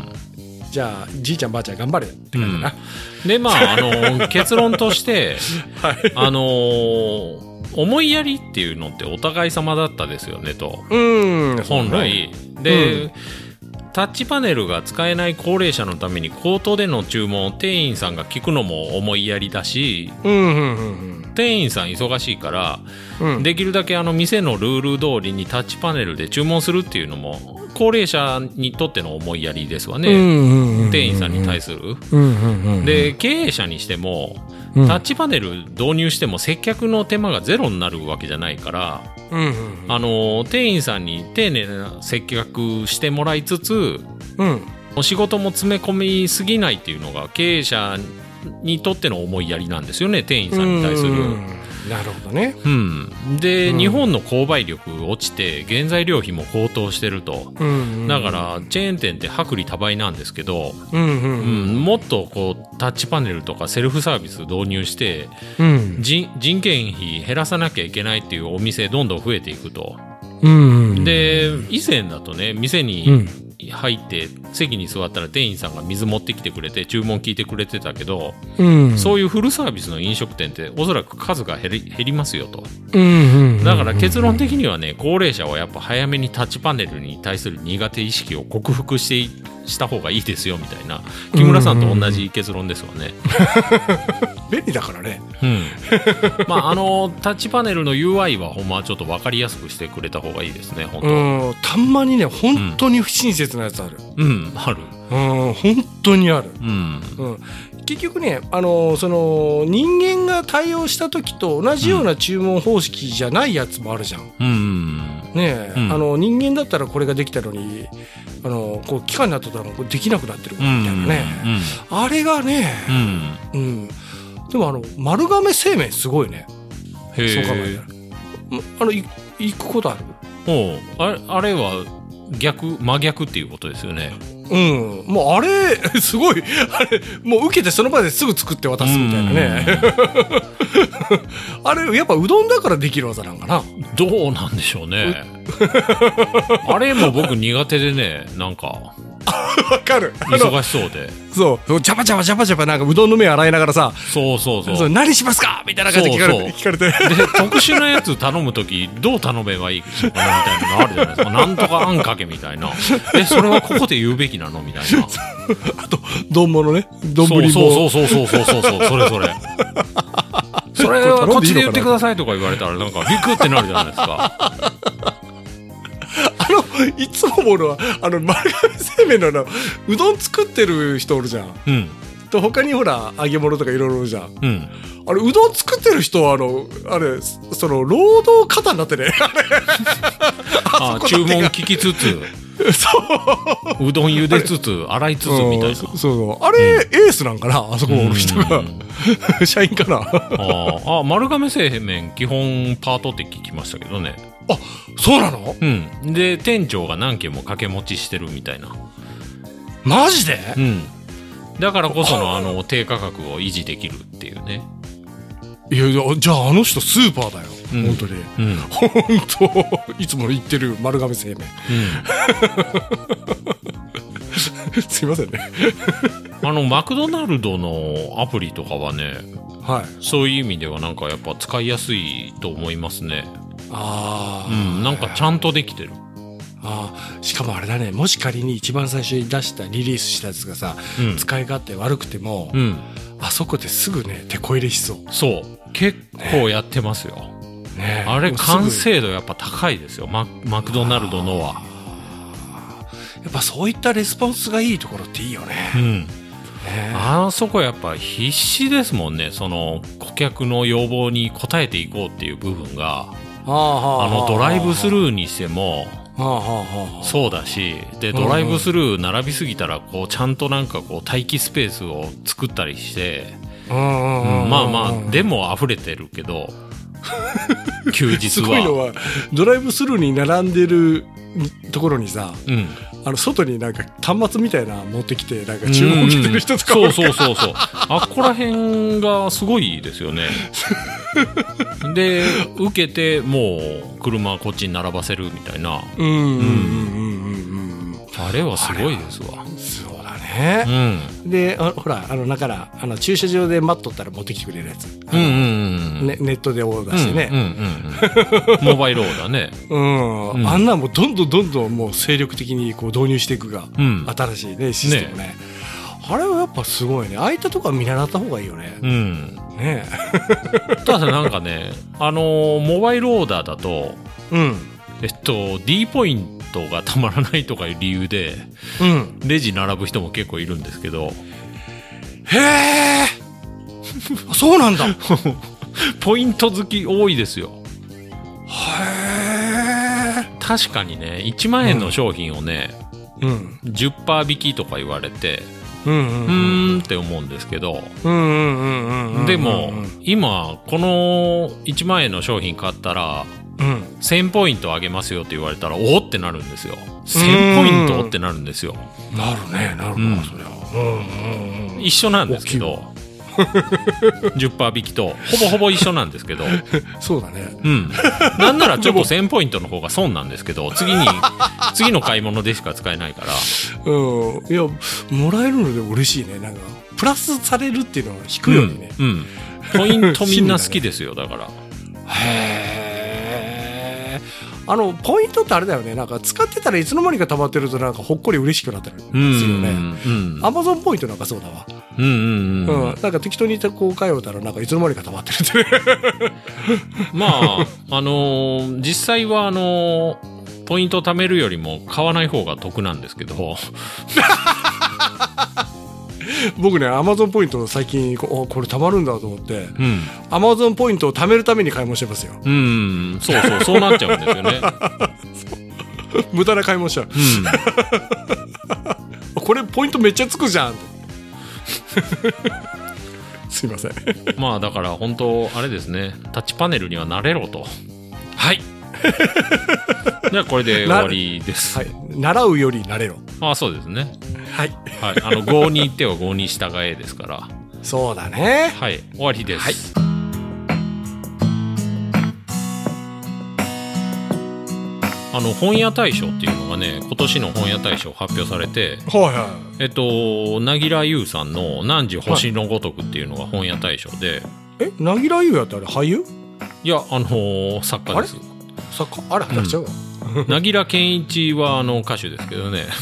じゃあじいちゃんばあちゃん頑張れって感じだな、 うん、でまああの結論として、はい、あのー思いやりっていうのってお互い様だったですよねと、うん、本来で、うん、タッチパネルが使えない高齢者のために口頭での注文を店員さんが聞くのも思いやりだし、うんうんうんうん、店員さん忙しいから、うん、できるだけあの店のルール通りにタッチパネルで注文するっていうのも高齢者にとっての思いやりですわね、うんうんうんうん、店員さんに対する、うんうんうんうん、で経営者にしてもタッチパネル導入しても接客の手間がゼロになるわけじゃないから、うんうんうん、あの店員さんに丁寧な接客してもらいつつ、うん、お仕事も詰め込みすぎないっていうのが経営者にとっての思いやりなんですよね、店員さんに対する。うんうん、 なるほどね、 うん、で、うん、日本の購買力落ちて原材料費も高騰してると、うんうんうん、だからチェーン店って薄利多売なんですけど、うんうんうんうん、もっとこうタッチパネルとかセルフサービス導入して、うん、人, 人件費減らさなきゃいけないっていうお店どんどん増えていくと、うんうん、で以前だとね店に、うん入って席に座ったら店員さんが水持ってきてくれて注文聞いてくれてたけど、うん、そういうフルサービスの飲食店っておそらく数が減り、減りますよと、うんうんうんうん、だから結論的にはね高齢者はやっぱ早めにタッチパネルに対する苦手意識を克服してした方がいいですよみたいな木村さんと同じ結論ですわね、 うんうん、便利だからね、 うん、まああのタッチパネルの ユーアイ はほんまちょっと分かりやすくしてくれた方がいいですね本当。 うんたまにね本当に不親切なやつある、 うん、うん、ある、 うん本当にある、うんうん、結局ねあのその人間が対応した時と同じような注文方式じゃないやつもあるじゃん、うん、ねえ、うん、あの人間だったらこれができたのにあのこう機械になってたらこれできなくなってるみたいなね、うんうん、あれがね、うんうん、でもあの丸亀製麺すごいね。へそう考えたらあのい行くことある？ おあれ、あれは逆真逆っていうことですよね。 うん、もうあれすごいあれもう受けてその場ですぐ作って渡すみたいなねあれやっぱうどんだからできる技なんかな。 どうなんでしょうねあれも僕苦手でねなんかわかる忙しそうでそうジャバジャバジャバジャバなんかうどんの麺洗いながらさそうそうそうそう何しますかみたいな感じで聞かれて、そうそう聞かれてで特殊なやつ頼むときどう頼めばいいのかなみたいなのあるじゃないですかなんとかあんかけみたいなえそれはここで言うべきなのみたいなあと丼物ね丼もそうそうそうそうそうそうそうそれそれそれはこっちで言ってくださいとか言われたらなんかビクってなるじゃないですかあのいつも思うのはあの丸亀製麺のあのうどん作ってる人おるじゃん、うん、と他にほら揚げ物とかいろいろおるじゃん、うん、あれうどん作ってる人はあのあれその労働方になってねああ注文聞きつつそううどん茹でつつ洗いつつみたいなそうそうあれ、うん、エースなんかなあそこおる人が社員かなああ丸亀製麺基本パートって聞きましたけどね。 あそうなの？ うんで店長が何件も掛け持ちしてるみたいな。 マジで？ うんだからこそのあの低価格を維持できるっていうね。 いやじゃああの人スーパーだよ、うん、本当に、うん、本当いつも言ってる丸亀製麺、うん、すいませんねあのマクドナルドのアプリとかはね、はい、そういう意味ではなんかやっぱ使いやすいと思いますね。ああ、うん、なんかちゃんとできてる。 あしかもあれだねもし仮に一番最初に出したリリースしたやつがさ、うん、使い勝手悪くても、うん、あそこですぐね手こ入れしそう。 そう結構やってますよ、ね、あれ完成度やっぱ高いですよ マ, マクドナルドのは。 やっぱそういったレスポンスがいいところっていいよね、うんね、 あそこやっぱ必死ですもんねその顧客の要望に応えていこうっていう部分があのドライブスルーにしてもそうだしでドライブスルー並びすぎたらこうちゃんとなんかこう待機スペースを作ったりしてうん、まあまあでも溢れてるけど休日はすごいのはドライブスルーに並んでるところにさ、うん、 あの外になんか端末みたいなの持ってきてなんか注文受けてる人とかも、 うん、そうそうそうそうあっこら辺がすごいですよねで受けてもう車こっちに並ばせるみたいな、うんうんうんうんうん、あれはすごいですわ。 そうだね、うん、であほらあのだからあの駐車場で待っとったら持ってきてくれるやつ、うんうんうんね、ネットでオーダーしてね、うんうんうん、モバイルオーダーね、 うんうん、あんなもうどんどんどんどんもう精力的にこう導入していくが、うん、新しいねシステムね、ねあれはやっぱすごいね。ああいったとこは見習った方がいいよね。うん。ねただなんかね、あのー、モバイルオーダーだと、うん、えっと D ポイントがたまらないとかいう理由で、うん、レジ並ぶ人も結構いるんですけど。 へえ。そうなんだ。 ポイント好き多いですよ。 へえ。 確かにね、いちまんえんの商品をね、うん、じゅっパーセント 引きとか言われて。うんうんうん、うーんって思うんですけど、でも今このいちまんえんの商品買ったら、うん、せんポイントあげますよって言われたらおってなるんですよ。せんポイントってなるんですよ。 なるね、なるほど、うん、そりゃ、うんうんうん、一緒なんですけどじゅっパーセント 引きとほぼほぼ一緒なんですけどそうだね、 うん、なんならちょっとせんポイントの方が損なんですけど次に次の買い物でしか使えないから、 うん、いやもらえるので嬉しいね。なんかプラスされるっていうのは引くよりね、うんうん、 ポイントみんな好きですよだからへーあのポイントってあれだよね。なんか使ってたらいつの間にか溜まってるとなんかほっこり嬉しくなってるんですよね。アマゾンポイントなんかそうだわ。うんうんうん、うん、なんか適当にこう通うたらなんかいつの間にか溜まってるってねまああのー、実際はあのー、ポイント貯めるよりも買わない方が得なんですけど僕ねアマゾンポイント最近これ貯まるんだと思ってアマゾンポイントを貯めるために買い物してますよ。 うんそうそうそうなっちゃうんですよね無駄な買い物しちゃう、うん、これポイントめっちゃつくじゃんすいませんまあだから本当あれですね、タッチパネルには慣れろと。はいじゃあこれで終わりです、はい、 習うより慣れろ。 ああそうですね、 はい、 はい、あの郷に行っては郷に従えですからそうだね。 はい終わりです、はい、あの本屋大賞っていうのがね今年の本屋大賞発表されて、はいはい、えっと凪良優さんの汝星のごとくっていうのが本屋大賞で、 はい、え凪良優やってあれ俳優？ いやあのー、作家です。 作家あれ話しちゃうわ、 うん、凪良健一はあの歌手ですけどね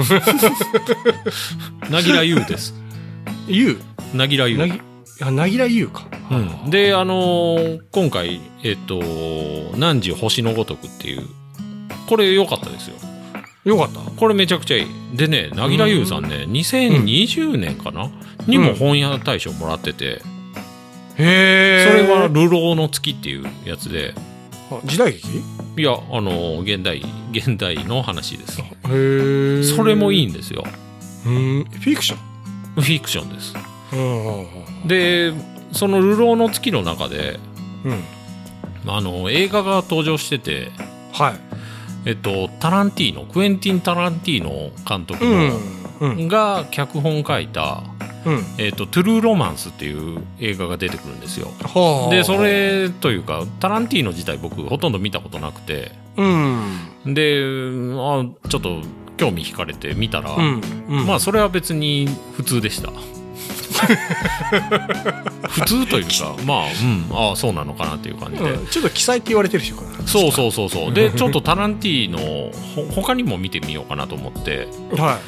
凪良優です。 優凪良優凪良優か、 うん、であのー、今回えっと汝星のごとくっていうこれ良かったですよ。 良かった。 これめちゃくちゃいい。でね凪良優さんねにせんにじゅうねんかな、うん、にも本屋大賞もらってて、うん、へーそれは流浪の月っていうやつで時代劇？ いやあの現代現代の話です。へえ。それもいいんですよ。 うん。フィクション？ フィクションです。でその流浪の月の中で、うん、あの映画が登場してて、はい。えっとタランティーノクエンティン・タランティーノ監督の、うんうん、が脚本書いた。うんえー、とトゥルーロマンスっていう映画が出てくるんですよ。でそれというかタランティーノ自体僕ほとんど見たことなくて、うん、であちょっと興味惹かれて見たら、うんうん、まあそれは別に普通でした普通というかまあ、うん、ああそうなのかなっていう感じで、うん、 ちょっと奇才って言われてる人かな。 そうそうそうそうでちょっとタランティーノほ他にも見てみようかなと思って、はい、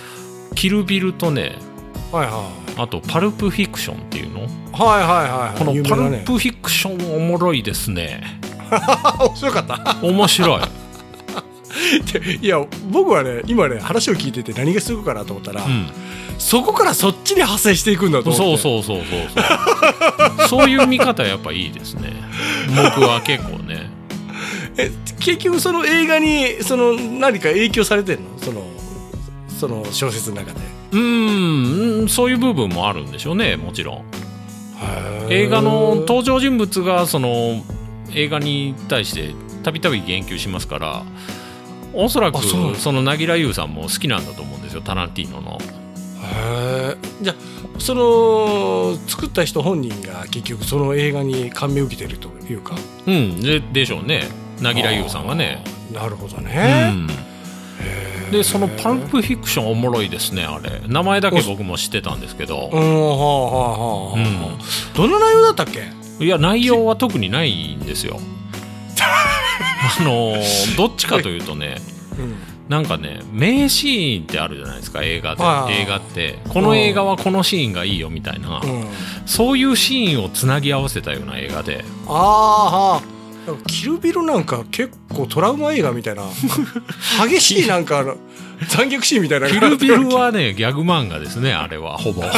キルビルとねはいはい、あとパルプフィクションっていうの、はいはいはい、このパルプフィクションおもろいですね面白かった面白いいや僕はね今ね話を聞いてて何がすごいかなと思ったら、うん、そこからそっちに派生していくんだと思って。 そうそうそうそうそうそういう見方やっぱいいですね僕は結構ねえ結局その映画にその何か影響されてんのそのその小説の中で。 うーんそういう部分もあるんでしょうねもちろん。映画の登場人物がその映画に対してたびたび言及しますからおそらくその凪良優さんも好きなんだと思うんですよ、タランティーノの。 へえ。じゃあその作った人本人が結局その映画に感銘を受けてるというか。 うんで、でしょうね、凪良優さんがね。 なるほどね、うん、 へでそのパルプフィクションおもろいですね。あれ名前だけ僕も知ってたんですけど、うん、はあはあはあ、うん、 どんな内容だったっけ。 いや内容は特にないんですよあのー、どっちかというとね、うん、なんかね名シーンってあるじゃないですか、映画で。映画ってこの映画はこのシーンがいいよみたいな、うん、そういうシーンをつなぎ合わせたような映画で。 ああ、キルビルなんか結構トラウマ映画みたいな激しいなんか残虐シーンみたいな。 キルビルはねギャグ漫画ですね、あれはほぼ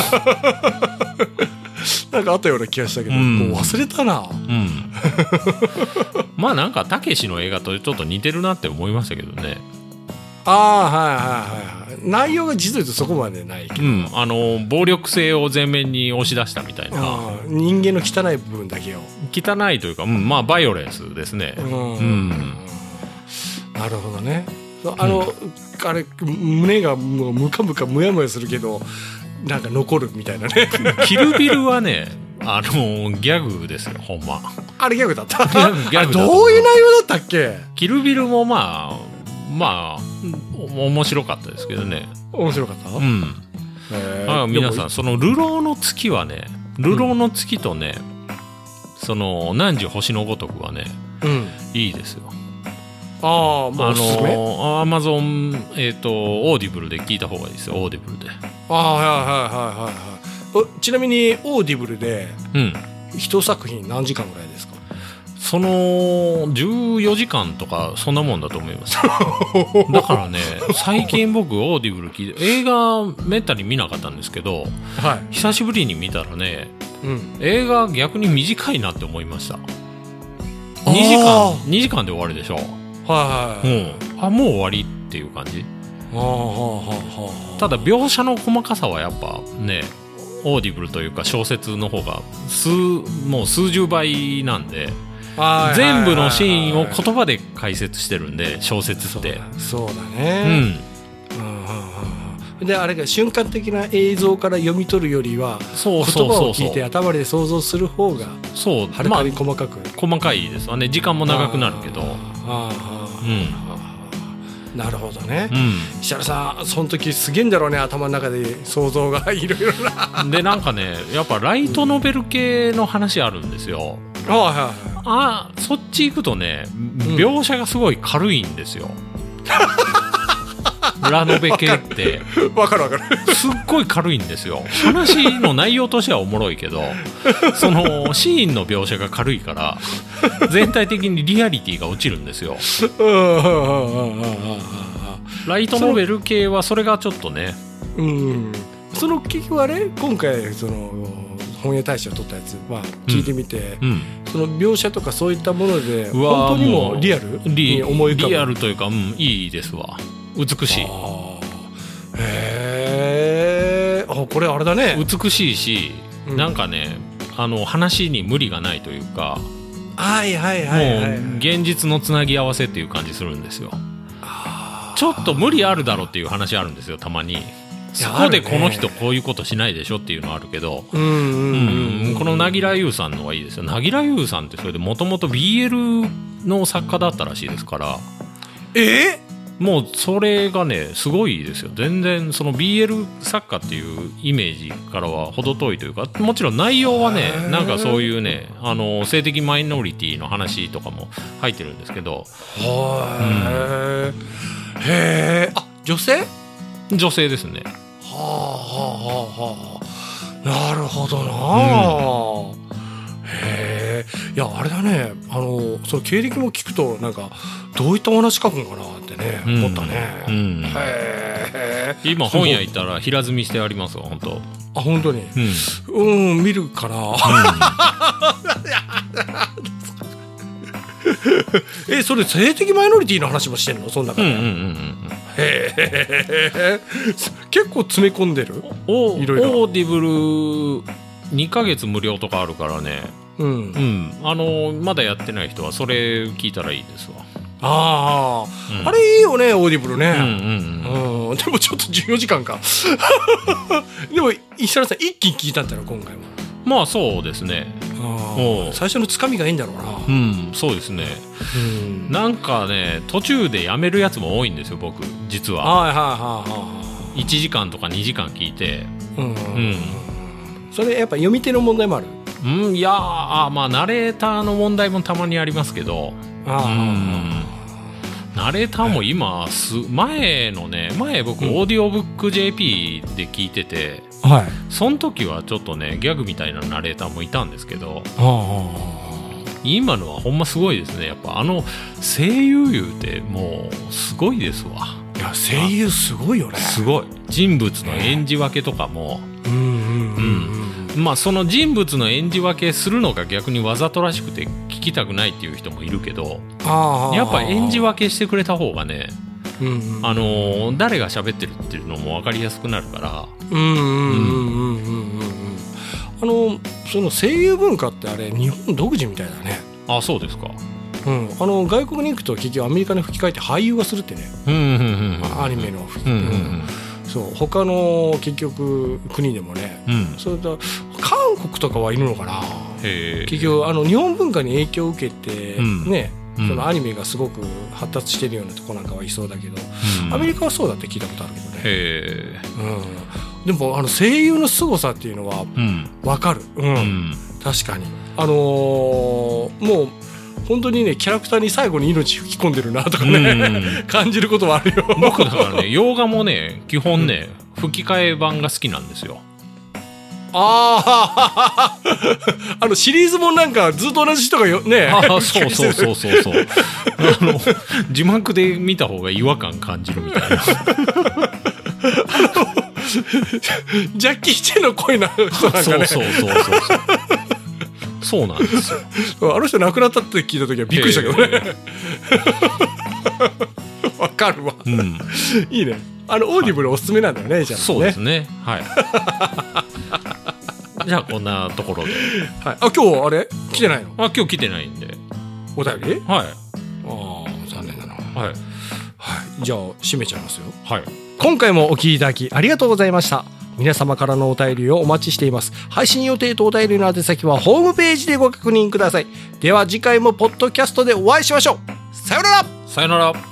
なんかあったような気がしたけど、うん、もう忘れたな、うん、 まあなんかたけしの映画とちょっと似てるなって思いましたけどね。 ああ、はいはいはい。内容が実は言うとそこまでないけど、うん、 あの暴力性を前面に押し出したみたいな。 人間の汚い部分だけを。 汚いというか、うん、まあバイオレンスですね。うん、うん、 なるほどね。あの、うん、あれ胸がもうムカムカムヤムヤするけどなんか残るみたいなねキルビルはねあのギャグですよ、ほんま。 あれギャグだったギャグギャグだどういう内容だったっけ。 キルビルもまあまあ面白かったですけどね。 面白かった。うん。 あ皆さんその流浪の月はね、流浪の月とね、うん、その汝星のごとくはね、うん、いいですよ。 ああ、もうおすすめ。 アマゾンえっ、ー、とオーディブルで聞いた方がいいですよ、オーディブルで。 ああ、はいはいはいはいはい。ちなみにオーディブルで一作品何時間ぐらいですか。 そのじゅうよじかんとかそんなもんだと思いますだからね最近僕オーディブル聞いて映画めったに見なかったんですけど、はい、久しぶりに見たらね、うん、映画逆に短いなって思いました。にじかんにじかんで終わるでしょ。はいはいはい、うん、あもう終わりっていう感じ。はあはあはあ、ただ描写の細かさはやっぱねオーディブルというか小説の方が数もう数十倍なんで、全部のシーンを言葉で解説してるんで小説って。 そうだね、うん、であれが瞬間的な映像から読み取るよりは言葉を聞いて頭で想像する方がはるかに細かく、まあ、細かいですわね。時間も長くなるけど。 なるほどね、うん、石原さんその時すげえんだろうね、頭の中で想像がいろいろなでなんかねやっぱライトノベル系の話あるんですよ、うん、はいはいはい。あそっち行くとね描写がすごい軽いんですよ、うん、ラノベ系ってわかるわかるすっごい軽いんですよ。話の内容としてはおもろいけどそのシーンの描写が軽いから全体的にリアリティが落ちるんですよライトノベル系はそれがちょっとね、 うん、その結局あれ今回その本屋大賞を取ったやつは聞いてみて、うんうん、その描写とかそういったもので本当にもリアルに思い浮かぶ。 リアルというか、うん、いいですわ。美しい。 へー、あこれあれだね。 美しいし、うん、なんかねあの話に無理がないというか、 はいはいはいはい、はい、 もう現実のつなぎ合わせっていう感じするんですよ。ちょっと無理あるだろうっていう話あるんですよたまに。そこでこの人こういうことしないでしょっていうのあるけど、うんうんうん、この凪良優さんのはいいですよ。凪良優さんってそれでもともと ビーエル の作家だったらしいですから。 えー、 もうそれがねすごいですよ。全然その ビーエル 作家っていうイメージからは程遠いというか、もちろん内容はねなんかそういうねあの性的マイノリティの話とかも入ってるんですけど。 はー、うん、へー、あ女性女性ですね。 はあはあはあ、なるほどな、うん、へえ。いやあれだね、あのその経歴も聞くとなんかどういったお話書くんかなってね、うん、思ったね、うん、へえ。 今本屋行ったら平積みしてありますわ本当。 あ本当に、うん、うん、見るかな、うんえそれ性的マイノリティの話もしてんのそんな中で、うんうんうんうん、へえ結構詰め込んでる。 おいろいろオーディブルにかげつ無料とかあるからね、うんうん、あのまだやってない人はそれ聞いたらいいですわ。 ああ、うん、あれいいよねオーディブルね、うんうんうんうん、でもちょっとじゅうよじかんかでも石原さん一気に聞いたんだろ今回も。 まあそうですね。 あ最初のつかみがいいんだろうな。 うんそうですね、うん、なんかね途中でやめるやつも多いんですよ僕実は。はいはいはいはい。いちじかんとかにじかん聞いて、うんうん、 それやっぱ読み手の問題もある。 うん、いやあまあナレーターの問題もたまにありますけど、あ、うん、ナレーターも今す前のね前僕、うん、オーディオブック ジェーピー で聞いてて、はい、その時はちょっとねギャグみたいなナレーターもいたんですけど、今のはほんますごいですね。やっぱあの声優言うてもうすごいですわ。 いや声優すごいよね。 すごい人物の演じ分けとかも、うんうんうんうん、まあその人物の演じ分けするのが逆にわざとらしくて聞きたくないっていう人もいるけど、あやっぱ演じ分けしてくれた方がね、うんうん、あのー、誰が喋ってるっていうのも分かりやすくなるから。うんうんうんうんうんうん。 あのその声優文化ってあれ日本独自みたいだね。 あそうですか。 うん、あの外国に行くと結局アメリカに吹き替えて俳優がするってね、うんうんうんうん、アニメの吹き替え、うんうんうん、そう他の結局国でもね、うん、それと韓国とかはいるのかな。へ結局あの日本文化に影響を受けて、うん、ね、うん、そのアニメがすごく発達してるようなとこなんかはいそうだけど、うん、アメリカはそうだって聞いたことあるけどね。へうん、でもあの声優の凄さっていうのは分かる、うんうん、確かにあのー、もう本当にねキャラクターに最後に命吹き込んでるなとかね、うん、感じることはあるよ。 僕だからね洋画もね基本ね、うん、吹き替え版が好きなんですよ。 ああのシリーズもなんかずっと同じ人がよね。 あそうそうそうそうそうあの字幕で見た方が違和感感じるみたいなジャッキー・チェンの声の人なんかね。そうそうそうそうそうそうなんですよ。 あの人亡くなったって聞いた時はびっくりしたけどね。わかるわ、うん、いいね。あのオーディブルおすすめなんだよね、はい、じゃあね。 そうですね、はいじゃあこんなところで、 はい、あ今日あれ来てないの？ あ今日来てないんでお便り？ はい。ああ残念だな。 はい、はい、 じゃあ締めちゃいますよ。 はい。 今回もお聞きいただきありがとうございました。皆様からのお便りをお待ちしています。配信予定とお便りの宛先はホームページでご確認ください。では次回もポッドキャストでお会いしましょう。さよなら。 さよなら。